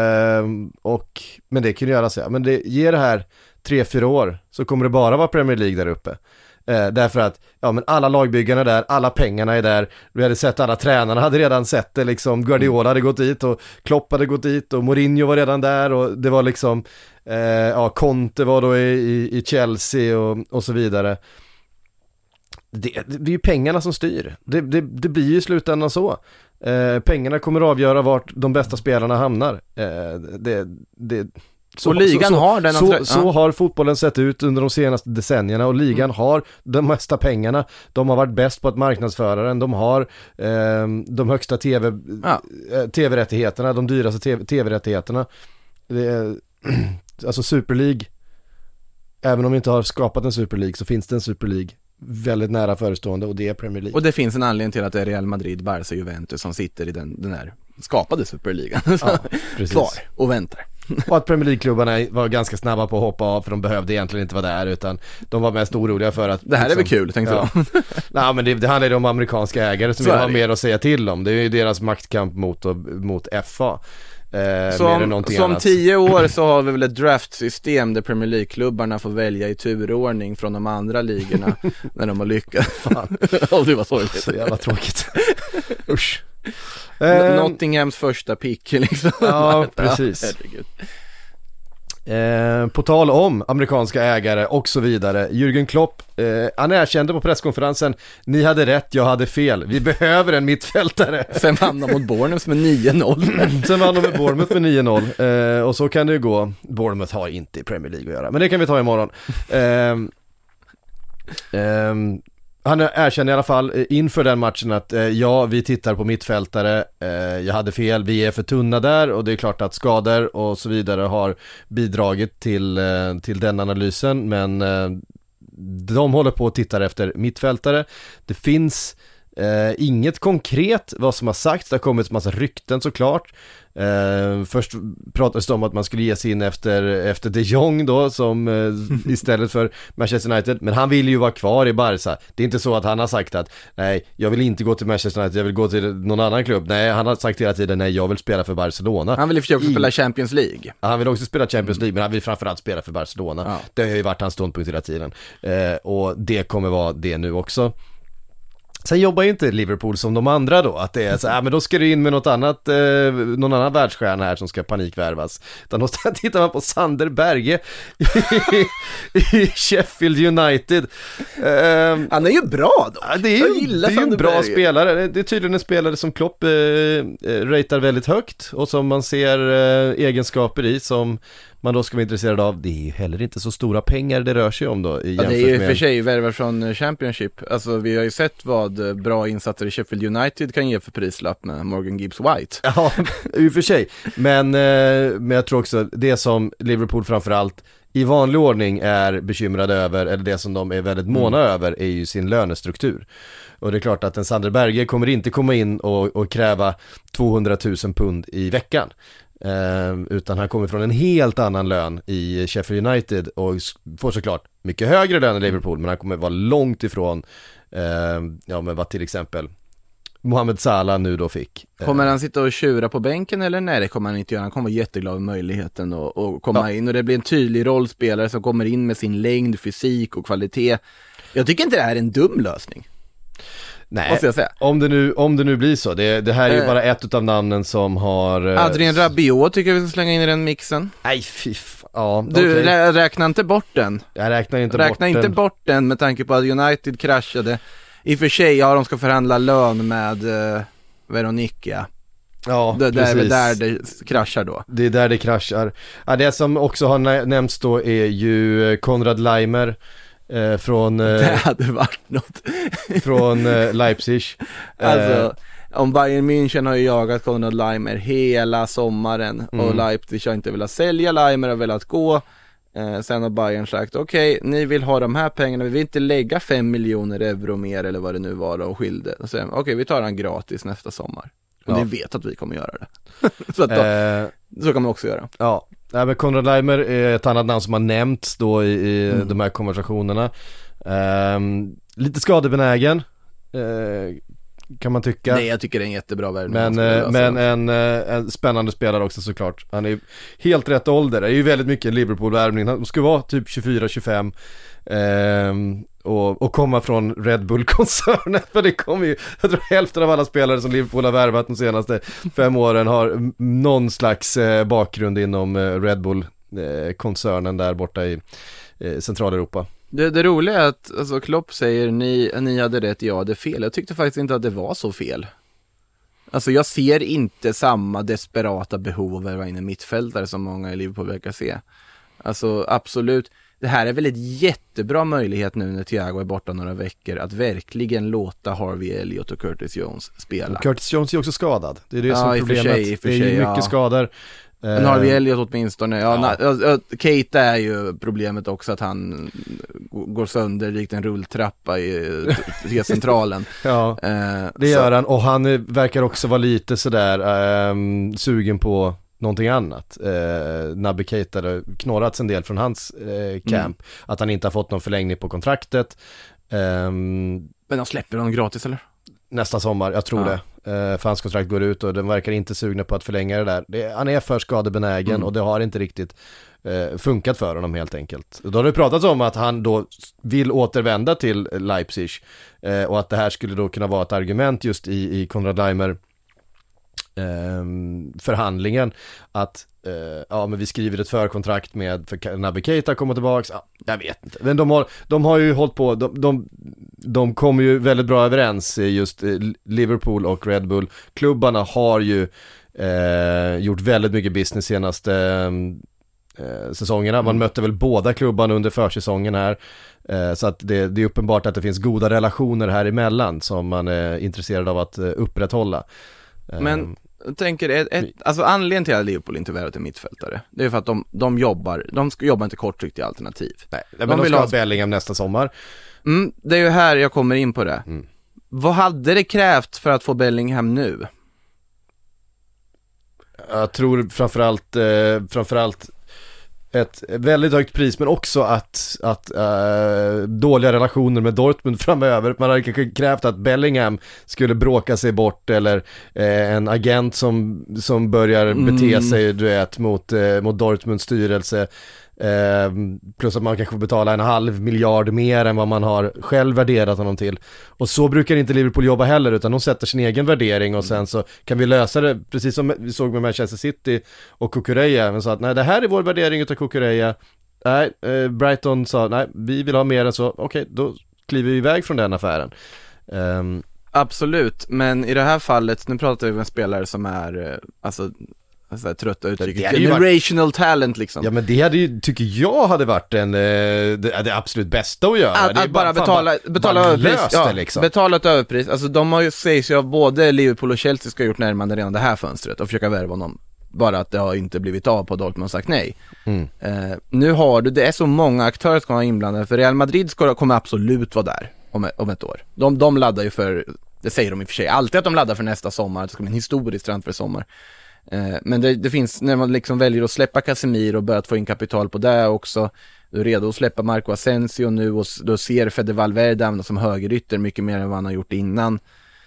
Men det kunde göra så. Men det ger det här 3-4 år så kommer det bara vara Premier League där uppe. Därför att men alla lagbyggarna där, alla pengarna är där. Vi hade sett, alla tränarna hade redan sett det liksom. Guardiola hade gått dit och Klopp hade gått dit och Mourinho var redan där, och det var liksom Conte var då i Chelsea och så vidare. Det är ju pengarna som styr. Det blir ju i slutändan så. Pengarna kommer att avgöra vart de bästa spelarna hamnar. Så har fotbollen sett ut under de senaste decennierna, och ligan har de mesta pengarna. De har varit bäst på att marknadsföra den. De har de högsta tv-rättigheterna, de dyraste tv-rättigheterna. Alltså Super League, även om vi inte har skapat en Super League, så finns det en Super League väldigt nära förestående, och det är Premier League. Och det finns en anledning till att det är Real Madrid, Barca och Juventus som sitter i den här skapade Superligan kvar och väntar. Och att Premier League-klubbarna var ganska snabba på att hoppa av, för de behövde egentligen inte vara där, utan de var mest oroliga för att... Det här är väl kul, tänkte jag. Nej, men det handlar ju om amerikanska ägare som vill ha mer att säga till om. Det är ju deras maktkamp mot FA. Som 10 år så har vi väl ett draftsystem där Premier League-klubbarna får välja i turordning från de andra ligorna när de har lyckats. Fan. Det var så jävla tråkigt. Usch. Nottinghams första pick liksom. Ja, precis. På tal om amerikanska ägare och så vidare, Jürgen Klopp, han erkände på presskonferensen: ni hade rätt, jag hade fel, vi behöver en mittfältare. Sen vann de mot Bournemouth med 9-0. Sen vann de med Bournemouth med 9-0, och så kan det ju gå. Bournemouth har inte i Premier League att göra, men det kan vi ta imorgon. Han erkänner i alla fall inför den matchen att vi tittar på mittfältare, jag hade fel, vi är för tunna där, och det är klart att skador och så vidare har bidragit till den analysen, men de håller på att titta efter mittfältare. Det finns Inget konkret vad som har sagts, det har kommit en massa rykten såklart. Först pratades det om att man skulle ge sig in efter de Jong då som istället för Manchester United, men han vill ju vara kvar i Barca. Det är inte så att han har sagt att nej, jag vill inte gå till Manchester United, jag vill gå till någon annan klubb. Nej, han har sagt hela tiden nej, jag vill spela för Barcelona. Han vill i och för sig också spela Champions League. Han vill också spela Champions League, men han vill framförallt spela för Barcelona. Ja. Det har ju varit hans ståndpunkt hela tiden. Och det kommer vara det nu också. Sen jobbar ju inte Liverpool som de andra då, att det är så men då ska du in med någon annan världsstjärna här som ska panikvärvas. Utan då tittar man på Sander Berge i Sheffield United. Han är ju bra då. Det är ju en bra spelare. Det är tydligen en spelare som Klopp ratear väldigt högt och som man ser egenskaper i som man då ska vara intresserad av. Det är ju heller inte så stora pengar det rör sig om då. Det är ju för sig värvar från Championship. Alltså vi har ju sett vad bra insatser i Sheffield United kan ge för prislapp med Morgan Gibbs White. Ja, i och för sig. Men jag tror också det som Liverpool framförallt i vanlig ordning är bekymrade över, eller det som de är väldigt måna över, är ju sin lönestruktur. Och det är klart att en Sander Berge kommer inte komma in och kräva 200 000 pund i veckan. Utan han kommer från en helt annan lön i Sheffield United och får såklart mycket högre lön än Liverpool, men han kommer vara långt ifrån men vad till exempel Mohamed Salah nu då fick. Kommer han sitta och tjura på bänken eller nej, det kommer han inte göra. Han kommer vara jätteglad över möjligheten att komma in, och det blir en tydlig rollspelare som kommer in med sin längd, fysik och kvalitet. Jag tycker inte det här är en dum lösning. Nej, om det nu blir så. Det här är ju bara ett utav namnen som har... Adrien Rabiot tycker jag vi ska slänga in i den mixen. Nej, ja, du, räkna inte bort den. Jag räknar inte bort den med tanke på att United kraschade. I och för sig, de ska förhandla lön med Veronica. Ja, det är väl där det kraschar då. Det är där det kraschar. Ja, det som också har nämnts då är ju Konrad Laimer. Från det hade varit något från Leipzig. Alltså om Bayern München har ju jagat Konrad Laimer hela sommaren och Leipzig har inte velat sälja Laimer och velat gå. Sen har Bayern sagt okej, ni vill ha de här pengarna, vi vill inte lägga 5 miljoner euro mer eller vad det nu var och skilde. Och sen okej, vi tar han gratis nästa sommar. Och ni vet att vi kommer göra det. Så att så kan man också göra. Ja. Nej, men Konrad Laimer är ett annat namn som har nämnts då i de här konversationerna. Lite skadebenägen kan man tycka. Nej, jag tycker det är en jättebra värvning. Men en spännande spelare också såklart. Han är helt rätt ålder. Det är ju väldigt mycket Liverpool-värvning. Han ska vara typ 24-25 och komma från Red Bull-koncernen. För det kommer ju, jag tror hälften av alla spelare som Liverpool har värvat de senaste 5 åren har någon slags bakgrund inom Red Bull-koncernen där borta i Centraleuropa. Det roliga är att alltså, Klopp säger ni hade rätt, jag hade fel. Jag tyckte faktiskt inte att det var så fel. Alltså jag ser inte samma desperata behov att värva in en mittfältare som många i Liverpool verkar se. Alltså absolut. Det här är väl ett jättebra möjlighet nu när Thiago är borta några veckor att verkligen låta Harvey Elliott och Curtis Jones spela. Och Curtis Jones är också skadad. Det är det som är problemet. Det är ju mycket skador. Men Harvey Elliott åtminstone. Keita är ju problemet också, att han går sönder likt en rulltrappa i centralen. Det gör han. Och han verkar också vara lite sådär sugen på någonting annat. Naby Keita har knorrats en del från hans camp. Att han inte har fått någon förlängning på kontraktet. Men de släpper honom gratis eller? Nästa sommar, jag tror det. För hans kontrakt går ut och den verkar inte sugna på att förlänga det där. Han är för skadebenägen och det har inte riktigt funkat för honom helt enkelt. Då har det pratats om att han då vill återvända till Leipzig och att det här skulle då kunna vara ett argument just i Konrad Laimer förhandlingen att men vi skriver ett förkontrakt med för Naby Keita kommer tillbaks. Jag vet inte. Men de har ju hållit på, de kommer ju väldigt bra överens, just Liverpool och Red Bull. Klubbarna har ju gjort väldigt mycket business senaste säsongerna. Man mötte väl båda klubbarna under försäsongen här. Så att det är uppenbart att det finns goda relationer här emellan som man är intresserad av att upprätthålla. Men jag tänker, alltså anledningen till att Liverpool inte värvar till mittfältare, det är för att de jobbar inte kortsiktigt alternativ. Nej, men de vill ha Bellingham nästa sommar. Det är ju här jag kommer in på det. Vad hade det krävt för att få Bellingham nu? Jag tror framförallt ett väldigt högt pris, men också att dåliga relationer med Dortmund framöver. Man hade kanske krävt att Bellingham skulle bråka sig bort, eller en agent som börjar bete sig, du vet, mot Dortmunds styrelse. Plus att man kanske får betala 1,5 miljard mer än vad man har själv värderat honom till. Och så brukar inte Liverpool jobba heller, utan de sätter sin egen värdering och sen så kan vi lösa det, precis som vi såg med Manchester City och Cucurella. Men sa att nej, det här är vår värdering utav Cucurella. Nej, Brighton sa nej, vi vill ha mer än så. Okej, då kliver vi iväg från den affären. Absolut, men i det här fallet, nu pratar vi om en spelare som är trött uttrycket, generational talent liksom. Ja, men det hade ju, tycker jag, hade varit det absolut bästa att göra. Att bara betala överpris, liksom. Betala ett överpris. Alltså de har ju, sägs ju av både Liverpool och Chelsea ska ha gjort närmande redan det här fönstret och försöka värva honom. Bara att det har inte blivit av på Dortmund och sagt nej. Nu har det är så många aktörer som ska vara inblandade, för Real Madrid kommer absolut vara där om ett år. De laddar ju för, det säger de i och för sig alltid, att de laddar för nästa sommar, det ska bli en historisk transfersommar. Men det finns, när man liksom väljer att släppa Casemiro och börjat få in kapital på det också, du är redo att släppa Marco Asensio nu, och då ser Fede Valverde som högerytter mycket mer än vad han har gjort innan.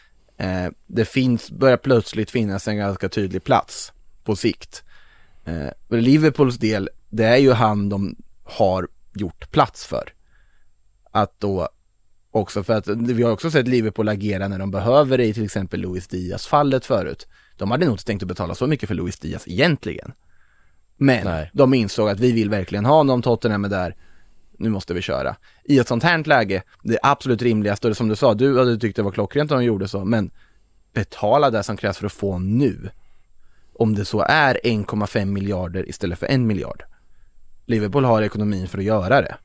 Börjar plötsligt finnas en ganska tydlig plats på sikt. För Liverpools del, det är ju han de har gjort plats för. Att då också, för att vi har också sett Liverpool agera när de behöver det, i till exempel Luis Diaz fallet förut. De hade nog inte tänkt att betala så mycket för Luis Diaz egentligen. Men de insåg att vi vill verkligen ha honom, Tottenham är där. Nu måste vi köra. I ett sånt här läge, det absolut rimligaste, och som du sa, du hade tyckt det var klockrent om de gjorde så, men betala det som krävs för att få nu. Om det så är 1,5 miljarder istället för 1 miljard. Liverpool har ekonomin för att göra det.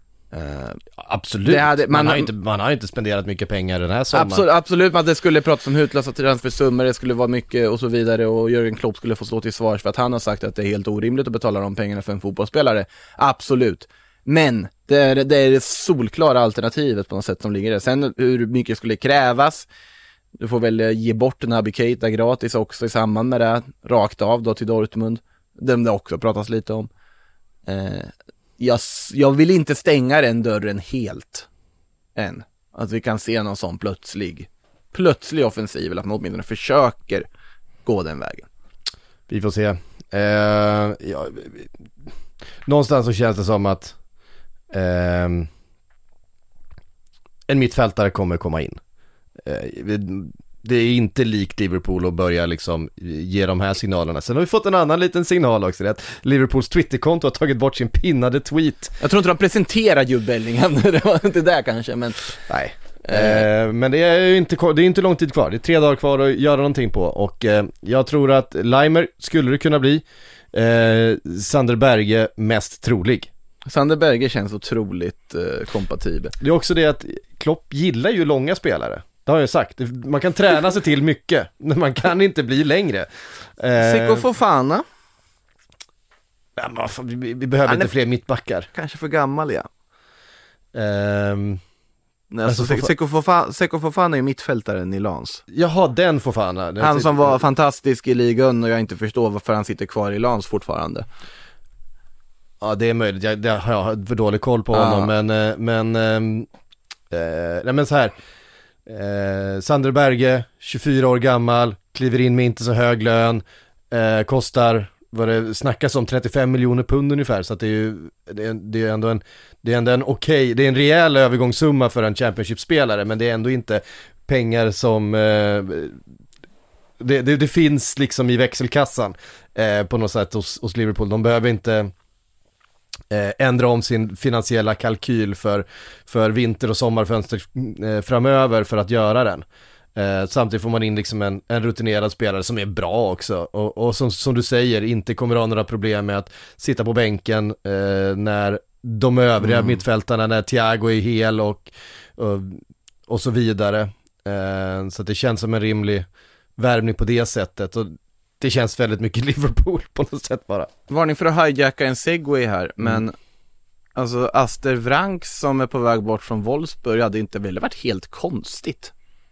Absolut. Man har inte spenderat mycket pengar den här sommaren. Absolut, att det skulle pratas om utlösa transfersummor, det skulle vara mycket och så vidare, och Jürgen Klopp skulle få stå till svars för att han har sagt att det är helt orimligt att betala de pengarna för en fotbollsspelare. Absolut. Men det är det solklara alternativet på något sätt som ligger där. Sen hur mycket skulle krävas, du får väl ge bort den här Keita gratis också i samband med det, rakt av då till Dortmund. Det också pratas lite om. Jag vill inte stänga den dörren helt än. Att vi kan se någon sån plötslig offensiv, eller att man åtminstone försöker gå den vägen. Vi får se. Någonstans så känns det som att en mittfältare kommer komma in. Det är inte likt Liverpool att börja liksom ge de här signalerna. Sen har vi fått en annan liten signal också, det att Liverpools Twitterkonto har tagit bort sin pinnade tweet. Jag tror inte de presenterar Jude Bellingham. Det var inte där kanske, men nej. Men det är inte lång tid kvar. Det är 3 dagar kvar att göra någonting på. Och jag tror att Leimer skulle det kunna bli. Sander Berge mest trolig. Sander Berge känns otroligt kompatibel. Det är också det att Klopp gillar ju långa spelare. Det har jag sagt. Man kan träna sig till mycket, men man kan inte bli längre. Seko Fofana. Vi behöver inte fler mittbackar. Kanske för gammal, ja. Alltså, Seko Fofana är ju mittfältaren i Lens. Jaha, den Fofana. Han som var fantastisk i ligan, och jag inte förstår varför han sitter kvar i Lens fortfarande. Ja, det är möjligt. Jag har för dålig koll på honom, men så här. Sander Berge, 24 år gammal, kliver in med inte så hög lön, kostar vad det snackas om 35 miljoner pund ungefär, så att det är ändå en okej, det är en rejäl övergångssumma för en Championship-spelare, men det är ändå inte pengar som det finns liksom i växelkassan på något sätt hos Liverpool. De behöver inte ändra om sin finansiella kalkyl för vinter- och sommarfönster framöver för att göra den. Samtidigt får man in liksom en rutinerad spelare som är bra också, och som du säger inte kommer ha några problem med att sitta på bänken när de övriga mittfältarna, när Thiago är hel och så vidare. Så att det känns som en rimlig värvning på det sättet, och det känns väldigt mycket Liverpool på något sätt bara. Varning för att hijacka en segway här, men alltså Aster Vranks som är på väg bort från Wolfsburg hade inte väl varit helt konstigt.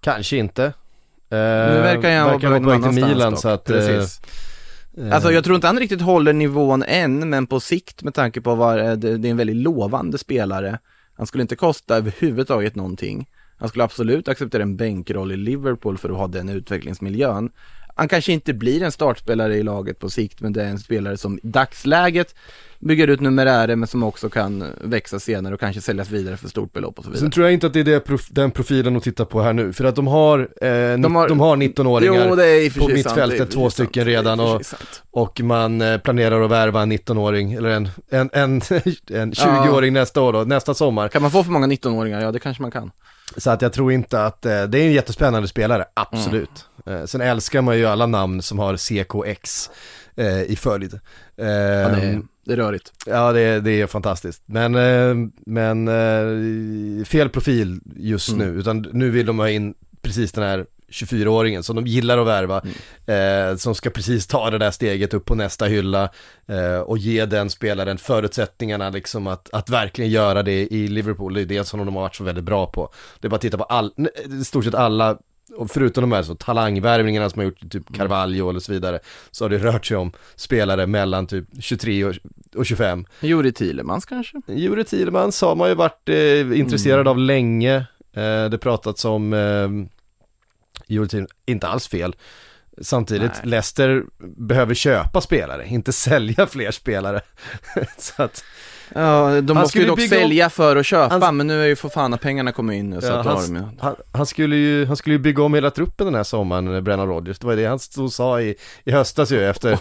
Kanske inte. Nu verkar han vara på väg till Milan så att... Precis. Alltså jag tror inte han riktigt håller nivån än, men på sikt med tanke på vad det är en väldigt lovande spelare. Han skulle inte kosta överhuvudtaget någonting. Han skulle absolut acceptera en bänkroll i Liverpool för att ha den utvecklingsmiljön. Han kanske inte blir en startspelare i laget på sikt, men det är en spelare som i dagsläget bygger ut numerärer, men som också kan växa senare och kanske säljas vidare för stort belopp och så vidare. Sen tror jag inte att det är den profilen att titta på här nu, för att de har 19-åringar på mittfältet, 2 stycken redan, och man planerar att värva en 19-åring eller en 20-åring nästa år då, nästa sommar. Kan man få för många 19-åringar? Ja, det kanske man kan. Så att jag tror inte att det är en jättespännande spelare, absolut. Sen älskar man ju alla namn som har CKX i följd. Det är rörigt. Ja, det är fantastiskt. Men fel profil just nu, utan nu vill de ha in precis den här 24-åringen som de gillar att värva, som ska precis ta det där steget upp på nästa hylla och ge den spelaren förutsättningarna liksom att verkligen göra det i Liverpool. Det är det som de har varit så väldigt bra på. Det är bara att titta på stort sett alla, och förutom de här så talangvärvningarna som har gjort typ Carvalho eller så vidare, så har det rört sig om spelare mellan typ 23 och 25. Juri Tielemans kanske? Juri Tielemans har man ju varit intresserad av länge. Det pratats om inte alls fel. Samtidigt, nej. Leicester behöver köpa spelare, inte sälja fler spelare. Så att, ja, de måste ju dock sälja för att köpa, men nu är ju för fan att pengarna kommer in. Så att han skulle ju bygga om hela truppen den här sommaren, Brennan Rodgers. Det var det han sa i höstas ju efter.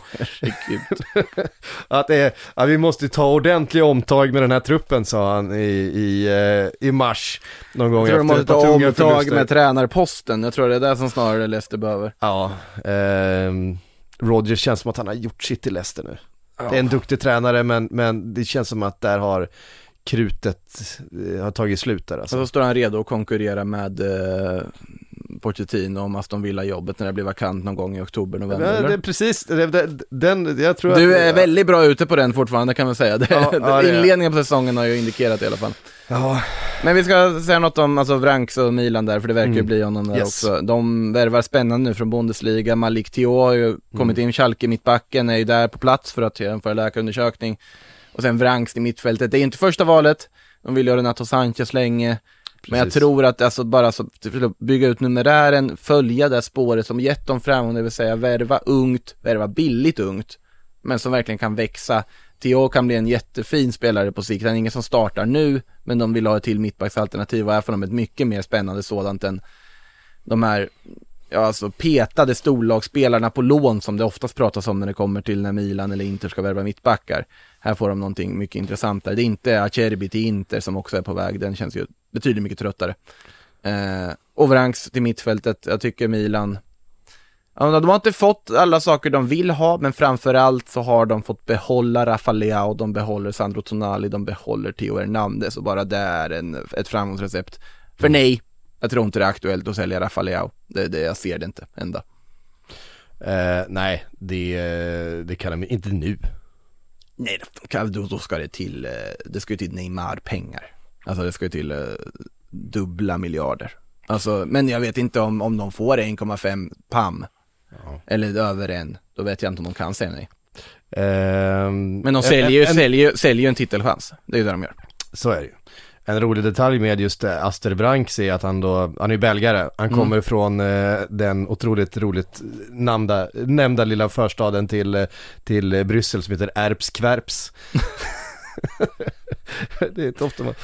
Att vi måste ta ordentliga omtag med den här truppen, sa han i mars någon gång. Jag tror de måste ta omtag med tränarposten. Jag tror det är det som snarare Leicester behöver. Ja, Rodgers känns som att han har gjort sitt i Leicester nu. Ja. Det är en duktig tränare, men det känns som att där har krutet har tagit slut där. Alltså. Och så står han redo att konkurrera med Pochettino om Aston Villa-jobbet när det blir vakant någon gång i oktober, november. Ja, det är precis. Jag tror du är väldigt bra ute på den fortfarande, kan man säga. Inledningen på säsongen har ju indikerat i alla fall. Ja. Men vi ska säga något om Vranks och Milan där, för det verkar ju bli honom där också. De värvar spännande nu från Bundesliga. Malik Thiaw har ju kommit in, Schalke mittbacken är ju där på plats för att genomföra läkarundersökning. Och sen Vranks i mittfältet. Det är inte första valet. De vill göra Renato Sanchez länge. Precis. Men jag tror att bara så bygga ut numerären, följa det spåret som gett dem fram, det vill säga värva billigt ungt, men som verkligen kan växa. Theo kan bli en jättefin spelare på sikt. Han är ingen som startar nu, men de vill ha ett till mittbacksalternativ, och är för dem ett mycket mer spännande sådant än de här petade storlagsspelarna på lån som det oftast pratas om när det kommer till när Milan eller Inter ska värva mittbackar. Här får de någonting mycket intressantare. Det är inte Acerbi till Inter som också är på väg. Den känns ju betydligt mycket tröttare. Overanks till mittfältet. Jag tycker Milan, de har inte fått alla saker de vill ha, men framförallt så har de fått behålla Rafa Leao, de behåller Sandro Tonali, de behåller Theo Hernandez, och bara det är ett framgångsrecept. För nej, jag tror inte det är aktuellt att sälja Rafa Leao. Jag ser det inte ända. Nej, det kan de inte nu. Nej, då ska det till Neymar-pengar. Alltså det ska ju till dubbla miljarder. Alltså, men jag vet inte om de får 1,5 pam eller över en. Då vet jag inte om de kan säga nej. Men de säljer ju en titelchans. Det är ju det de gör. Så är det ju. En rolig detalj med just Aster Vranks är att han är ju belgare. Han kommer från den otroligt roligt nämnda lilla förstaden till Bryssel som heter Erpskvärps. Det är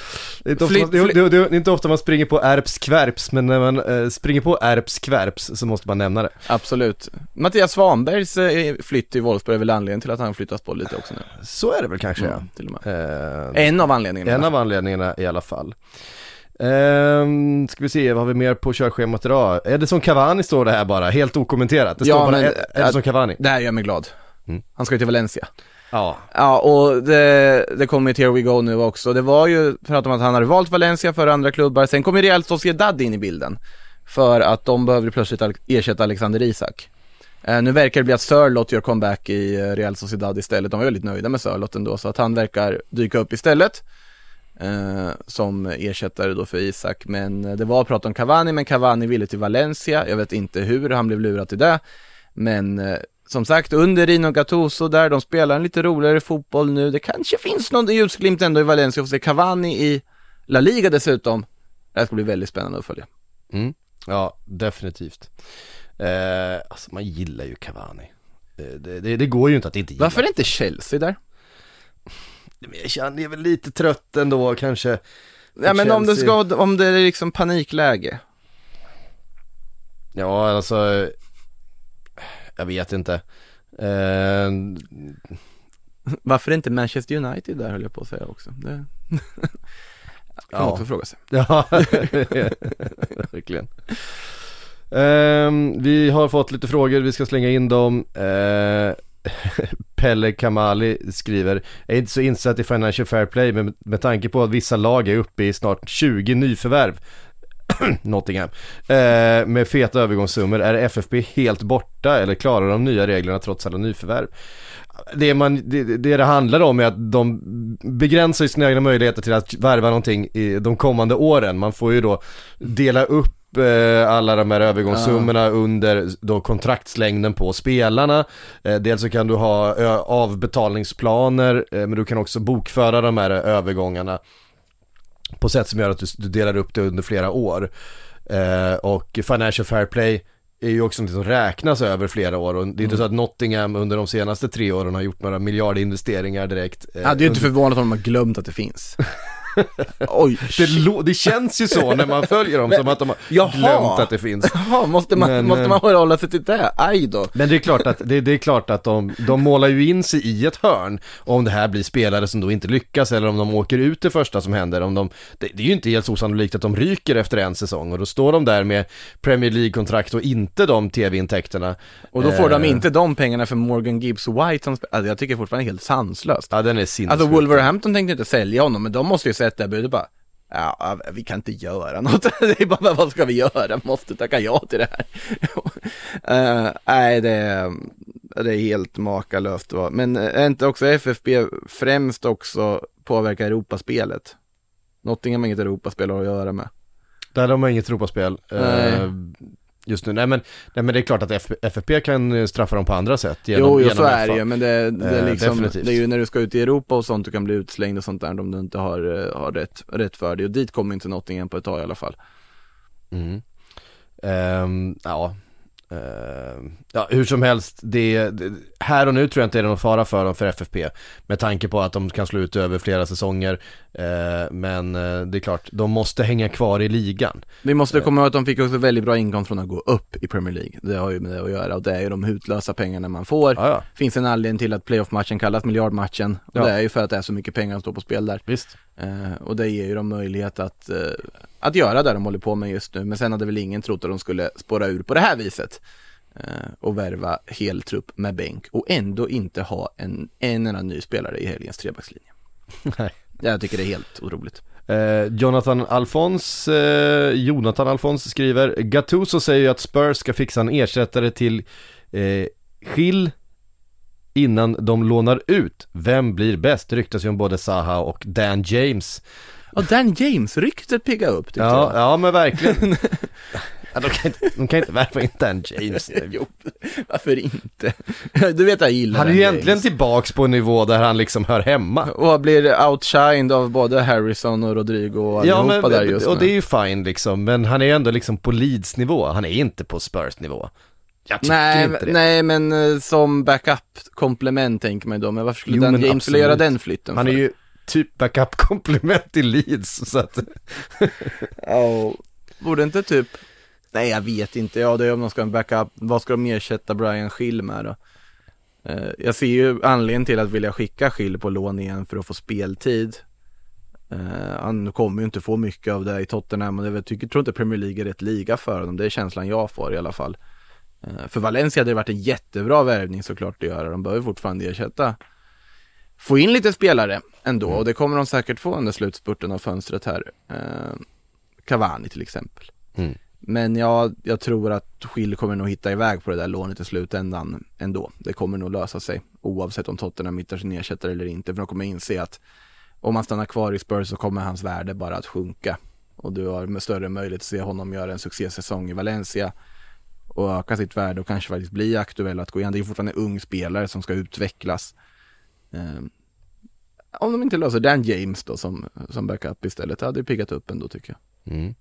inte ofta man springer på Erpskvärps, men när man springer på Erpskvärps så måste man nämna det. Absolut. Mattias Svanbergs flytt till Wolfsburg är väl anledningen till att han flyttas på lite också nu. Så är det väl kanske, till och med. En av anledningarna. En av anledningarna i alla fall. Ska vi se, vad har vi mer på körschemat idag? Edison Cavani står det här bara, helt okommenterat. Det står bara Edison Cavani. Det här gör mig glad. Han ska ju till Valencia. Ja, och det kommer till Here We Go nu också. Det var ju prat om att han hade valt Valencia för andra klubbar. Sen kommer Real Sociedad in i bilden, för att de behöver plötsligt ersätta Alexander Isak. Nu verkar det bli att Sörloth gör comeback i Real Sociedad istället. De var väldigt nöjda med Sörloth ändå, så att han verkar dyka upp istället. som ersättare då för Isak, men det var prat om Cavani, men Cavani ville till Valencia. Jag vet inte hur han blev lurad till det, men som sagt, under Rino Gattuso där, de spelar en lite roligare fotboll nu. Det kanske finns någon ljusglimt ändå i Valencia, och se Cavani i La Liga dessutom. Det ska bli väldigt spännande att följa. Ja, definitivt. Alltså man gillar ju Cavani. Det går ju inte att inte gilla. Varför är inte Chelsea där? Han är väl lite trött ändå kanske. Ja, men om det är liksom panikläge. Ja, alltså jag vet inte. Varför är inte Manchester United där, höll jag på att säga också. Det kan man också fråga sig. Ja, verkligen. Vi har fått lite frågor, vi ska slänga in dem. Pelle Kamali skriver: jag är inte så insatt i Financial Fair Play, men med tanke på att vissa lag är uppe i snart 20 nyförvärv Nottingham med feta övergångssummor, är FFP helt borta eller klarar de nya reglerna trots alla nyförvärv? Det handlar om är att de begränsar sina egna möjligheter till att värva någonting i de kommande åren. Man får ju då dela upp alla de här övergångssummorna under då kontraktslängden på spelarna. Dels så kan du ha avbetalningsplaner, men du kan också bokföra de här övergångarna på sätt som gör att du delar upp det under flera år. Och Financial Fair Play är ju också något som räknas över flera år, och det är inte så att Nottingham under de senaste 3 åren har gjort några miljardinvesteringar direkt. Det är ju inte förvånat om de har glömt att det finns. Oj, det känns ju så när man följer dem, som att de har glömt att det finns. Jaha, måste man hålla sig till det? Aj då. Men det är klart att de målar ju in sig i ett hörn om det här blir spelare som då inte lyckas, eller om de åker ut det första som händer. Det är ju inte helt osannolikt att de ryker efter en säsong, och då står de där med Premier League-kontrakt och inte de tv-intäkterna. Och då får de inte de pengarna för Morgan Gibbs White som jag tycker fortfarande är helt sanslöst. Ja, den är sinnessjuk. Alltså Wolverhampton tänkte inte sälja honom, men de måste ju sätta budet bara. Ja, vi kan inte göra något. Det är bara, vad ska vi göra? Måste tacka ja till det här. Nej, det är helt makalöst. Men är inte också FFP främst också påverka Europaspelet? Nottingham har inget Europaspel att göra med. Där de har inget Europaspel just nu. Nej men det är klart att FFP kan straffa dem på andra sätt. Genom så är det ju, men det är liksom, definitivt. det är ju när du ska ut i Europa och sånt, du kan bli utslängd och sånt där om du inte har rätt för det. Och dit kommer inte Nottingham på ett tag i alla fall. Ja, hur som helst, här och nu tror jag inte det är någon fara för dem för FFP, med tanke på att de kan slå ut över flera säsonger, men det är klart, de måste hänga kvar i ligan. Vi måste komma ihåg att de fick också väldigt bra inkomst från att gå upp i Premier League. Det har ju med det att göra, och det är ju de hutlösa pengarna man får. Ja. Finns en anledning till att playoff-matchen kallas miljardmatchen, och det är ju för att det är så mycket pengar som står på spel där. Visst. Och det ger ju dem möjlighet att göra det de håller på med just nu. Men sen hade väl ingen trott att de skulle spåra ur på det här viset och värva hel trupp med bänk och ändå inte ha en enda ny spelare i helgens trebackslinje. Nej. Jag tycker det är helt otroligt. Jonathan Alfons skriver: Gattuso säger ju att Spurs ska fixa en ersättare till Gil innan de lånar ut. Vem blir bäst? Ryktas ju om både Zaha och Dan James. Och Dan James ryktet pigga upp, tycker jag. Ja, men verkligen. Ja, de kan inte värva in Dan James. Jo, varför inte? Du vet jag gillar. Han är ju egentligen tillbaks på en nivå där han liksom hör hemma. Och blir outshined av både Harrison och Rodrigo och allihopa där just nu. Och det är ju fine liksom, men han är ändå liksom på Leeds-nivå. Han är inte på Spurs-nivå. Nej, men som backup-komplement tänker man ju då. Men varför skulle Dan James vilja göra den flytten? Han är ju typ backup-komplement i Leeds, så att... Borde inte typ... Nej, jag vet inte. Ja, det är om de ska ha en backup. Vad ska de ersätta Brian Gill med då? Jag ser ju anledningen till att vilja skicka Gill på lån igen för att få speltid. Han kommer ju inte få mycket av det i Tottenham, men jag tror inte Premier League är rätt liga för honom. Det är känslan jag får i alla fall. För Valencia hade det varit en jättebra värvning såklart att göra. De behöver fortfarande ersätta. Få in lite spelare ändå, och det kommer de säkert få under slutspurten av fönstret här. Cavani till exempel. Men jag tror att Gill kommer nog hitta iväg på det där lånet i slutändan ändå. Det kommer nog lösa sig oavsett om Tottenham hittar sin ersättare eller inte, för de kommer inse att om han stannar kvar i Spurs så kommer hans värde bara att sjunka. Och du har med större möjlighet att se honom göra en succésäsong i Valencia och öka sitt värde och kanske faktiskt bli aktuell att gå igen. Det är fortfarande en ung spelare som ska utvecklas. Om de inte löser Dan James då som backup istället, det hade piggat upp ändå tycker jag.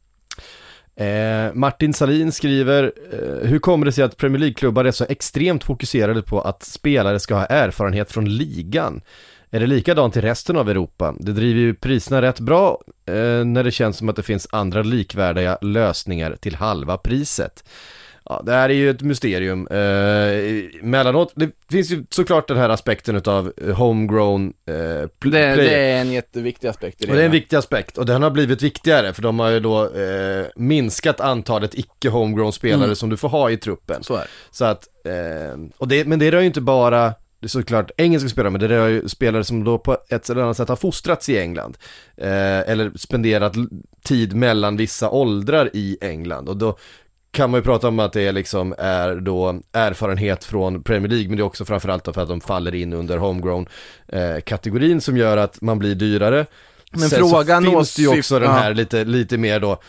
Martin Salin skriver, hur kommer det sig att Premier League-klubbar är så extremt fokuserade på att spelare ska ha erfarenhet från ligan? Är det likadant i resten av Europa? Det driver ju priserna rätt bra när det känns som att det finns andra likvärdiga lösningar till halva priset. Ja, det här är ju ett mysterium. Mellanåt, det finns ju såklart den här aspekten utav homegrown det är en jätteviktig aspekt i det. Och det är en viktig aspekt, och den har blivit viktigare för de har ju då minskat antalet icke-homegrown spelare som du får ha i truppen. Så är det. Så att, men det rör ju inte bara, det är såklart engelska spelare, men det rör ju spelare som då på ett eller annat sätt har fostrats i England. Eller spenderat tid mellan vissa åldrar i England. Och då kan man ju prata om att det liksom är då erfarenhet från Premier League, men det är också framförallt för att de faller in under homegrown-kategorin som gör att man blir dyrare. Men sen frågan så finns det ju också den här lite mer då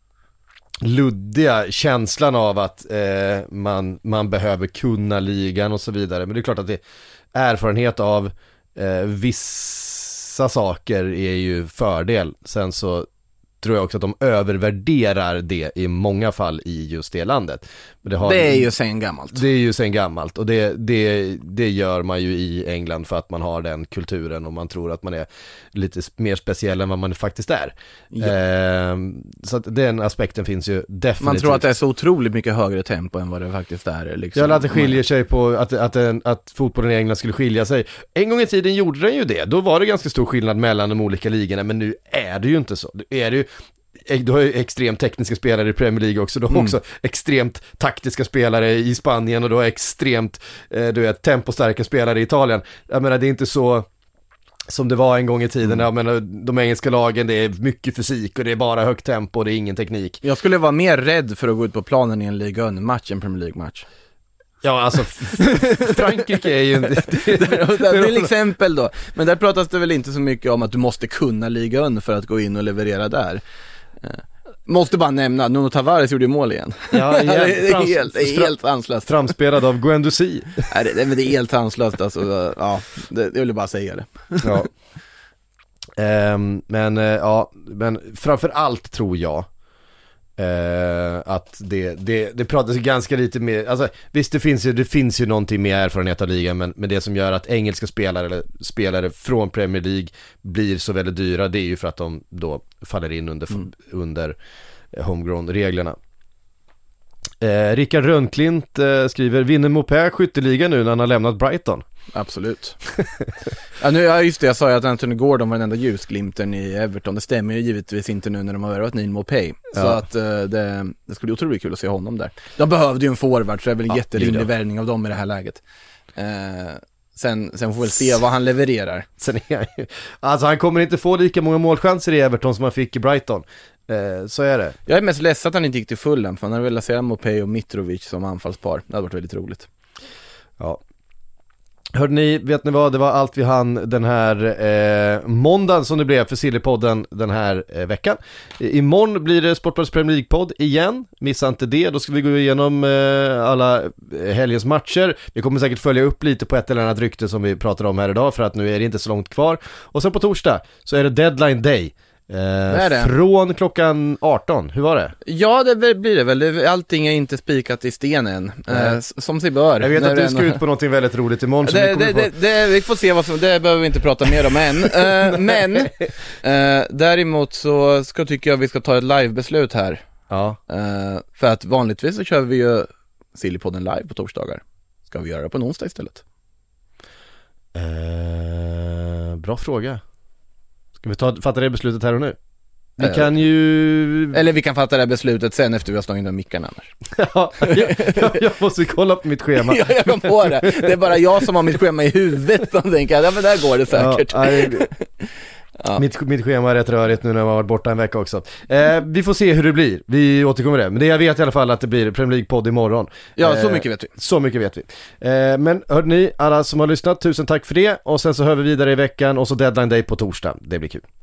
luddiga känslan av att man behöver kunna ligan och så vidare. Men det är klart att det erfarenhet av vissa saker är ju fördel. Sen så tror jag också att de övervärderar det i många fall i just det landet. Men det är ju sen gammalt. Det är ju sen gammalt, och det gör man ju i England för att man har den kulturen och man tror att man är lite mer speciell än vad man faktiskt är. Ja. Så att den aspekten finns ju definitivt. Man tror att det är så otroligt mycket högre tempo än vad det faktiskt är. Liksom. Ja, att det skiljer sig på att fotbollen i England skulle skilja sig. En gång i tiden gjorde den ju det. Då var det ganska stor skillnad mellan de olika ligorna, men nu är det ju inte så. Det är det ju. Du har ju extremt tekniska spelare i Premier League också. Du har också extremt taktiska spelare i Spanien, och du har extremt tempostarka spelare i Italien. Jag menar, det är inte så som det var en gång i tiden. Jag menar, de engelska lagen, det är mycket fysik och det är bara högt tempo och det är ingen teknik. Jag skulle vara mer rädd för att gå ut på planen i en Ligue 1-match än Premier League-match. Ja, alltså Frankrike är ju det är till exempel då. Men där pratas det väl inte så mycket om att du måste kunna Ligue 1 för att gå in och leverera där. Måste bara nämna, Nuno Tavares gjorde mål igen. Ja, det är helt sanslöst. Framspelad av Guendouzi. Nej, men det är helt sanslöst alltså. Ja, jag ville bara säga det. Ja. Men framför allt tror jag att det pratas ganska lite mer, alltså visst det finns ju någonting med erfarenhet av ligan, men det som gör att engelska spelare eller spelare från Premier League blir så väldigt dyra, det är ju för att de då faller in under homegrown-reglerna. Rickard Rönnklint skriver, vinner Mopé skytteliga nu när han har lämnat Brighton? Absolut. Just det, jag sa ju att Anthony Gordon var den enda ljusglimten i Everton. Det stämmer ju givetvis inte nu när de har värvat Neil Maupay. Så att det skulle bli otroligt kul att se honom där. De behövde ju en forward, så det är väl en jätterimlig värvning av dem i det här läget. Sen får vi väl se vad han levererar. Sen alltså han kommer inte få lika många målchanser i Everton som han fick i Brighton. Så är det. Jag är mest ledsen att han inte gick till Fulham, för han hade velat se Maupay och Mitrovic som anfallspar. Det hade varit väldigt roligt. Ja. Hörde ni, vet ni vad, det var allt vi hann den här måndagen som det blev för Sillypodden den här veckan. Imorgon blir det Sportbladets Premier League-podd igen, missa inte det. Då ska vi gå igenom alla helgens matcher. Vi kommer säkert följa upp lite på ett eller annat rykte som vi pratar om här idag, för att nu är det inte så långt kvar. Och sen på torsdag så är det deadline day. Från klockan 18, hur var det? Ja, det blir det väl. Allting är inte spikat i stenen, som sig bör. Jag vet att du ska ut på någonting väldigt roligt imorgon vi får se vad som, det behöver vi inte prata mer om än. Men däremot så tycker jag vi ska ta ett livebeslut här. Ja. För att vanligtvis så kör vi ju Sillypodden live på torsdagar. Ska vi göra det på en onsdag istället? Bra fråga. Ska vi fatta det beslutet här och nu? Vi kan ju... Eller vi kan fatta det beslutet sen efter vi har slagit in mickarna annars. jag måste kolla på mitt schema. Jag kom på det. Det är bara jag som har mitt schema i huvudet och tänker, ja men där går det säkert. Ja. Mitt schema är rätt rörigt nu när jag har varit borta en vecka också. Vi får se hur det blir. Vi återkommer det. Men det jag vet i alla fall att det blir Premier League-podd imorgon. Ja, så mycket vet vi. Så mycket vet vi. Men hörde ni, alla som har lyssnat, tusen tack för det. Och sen så hör vi vidare i veckan och så deadline day på torsdag. Det blir kul.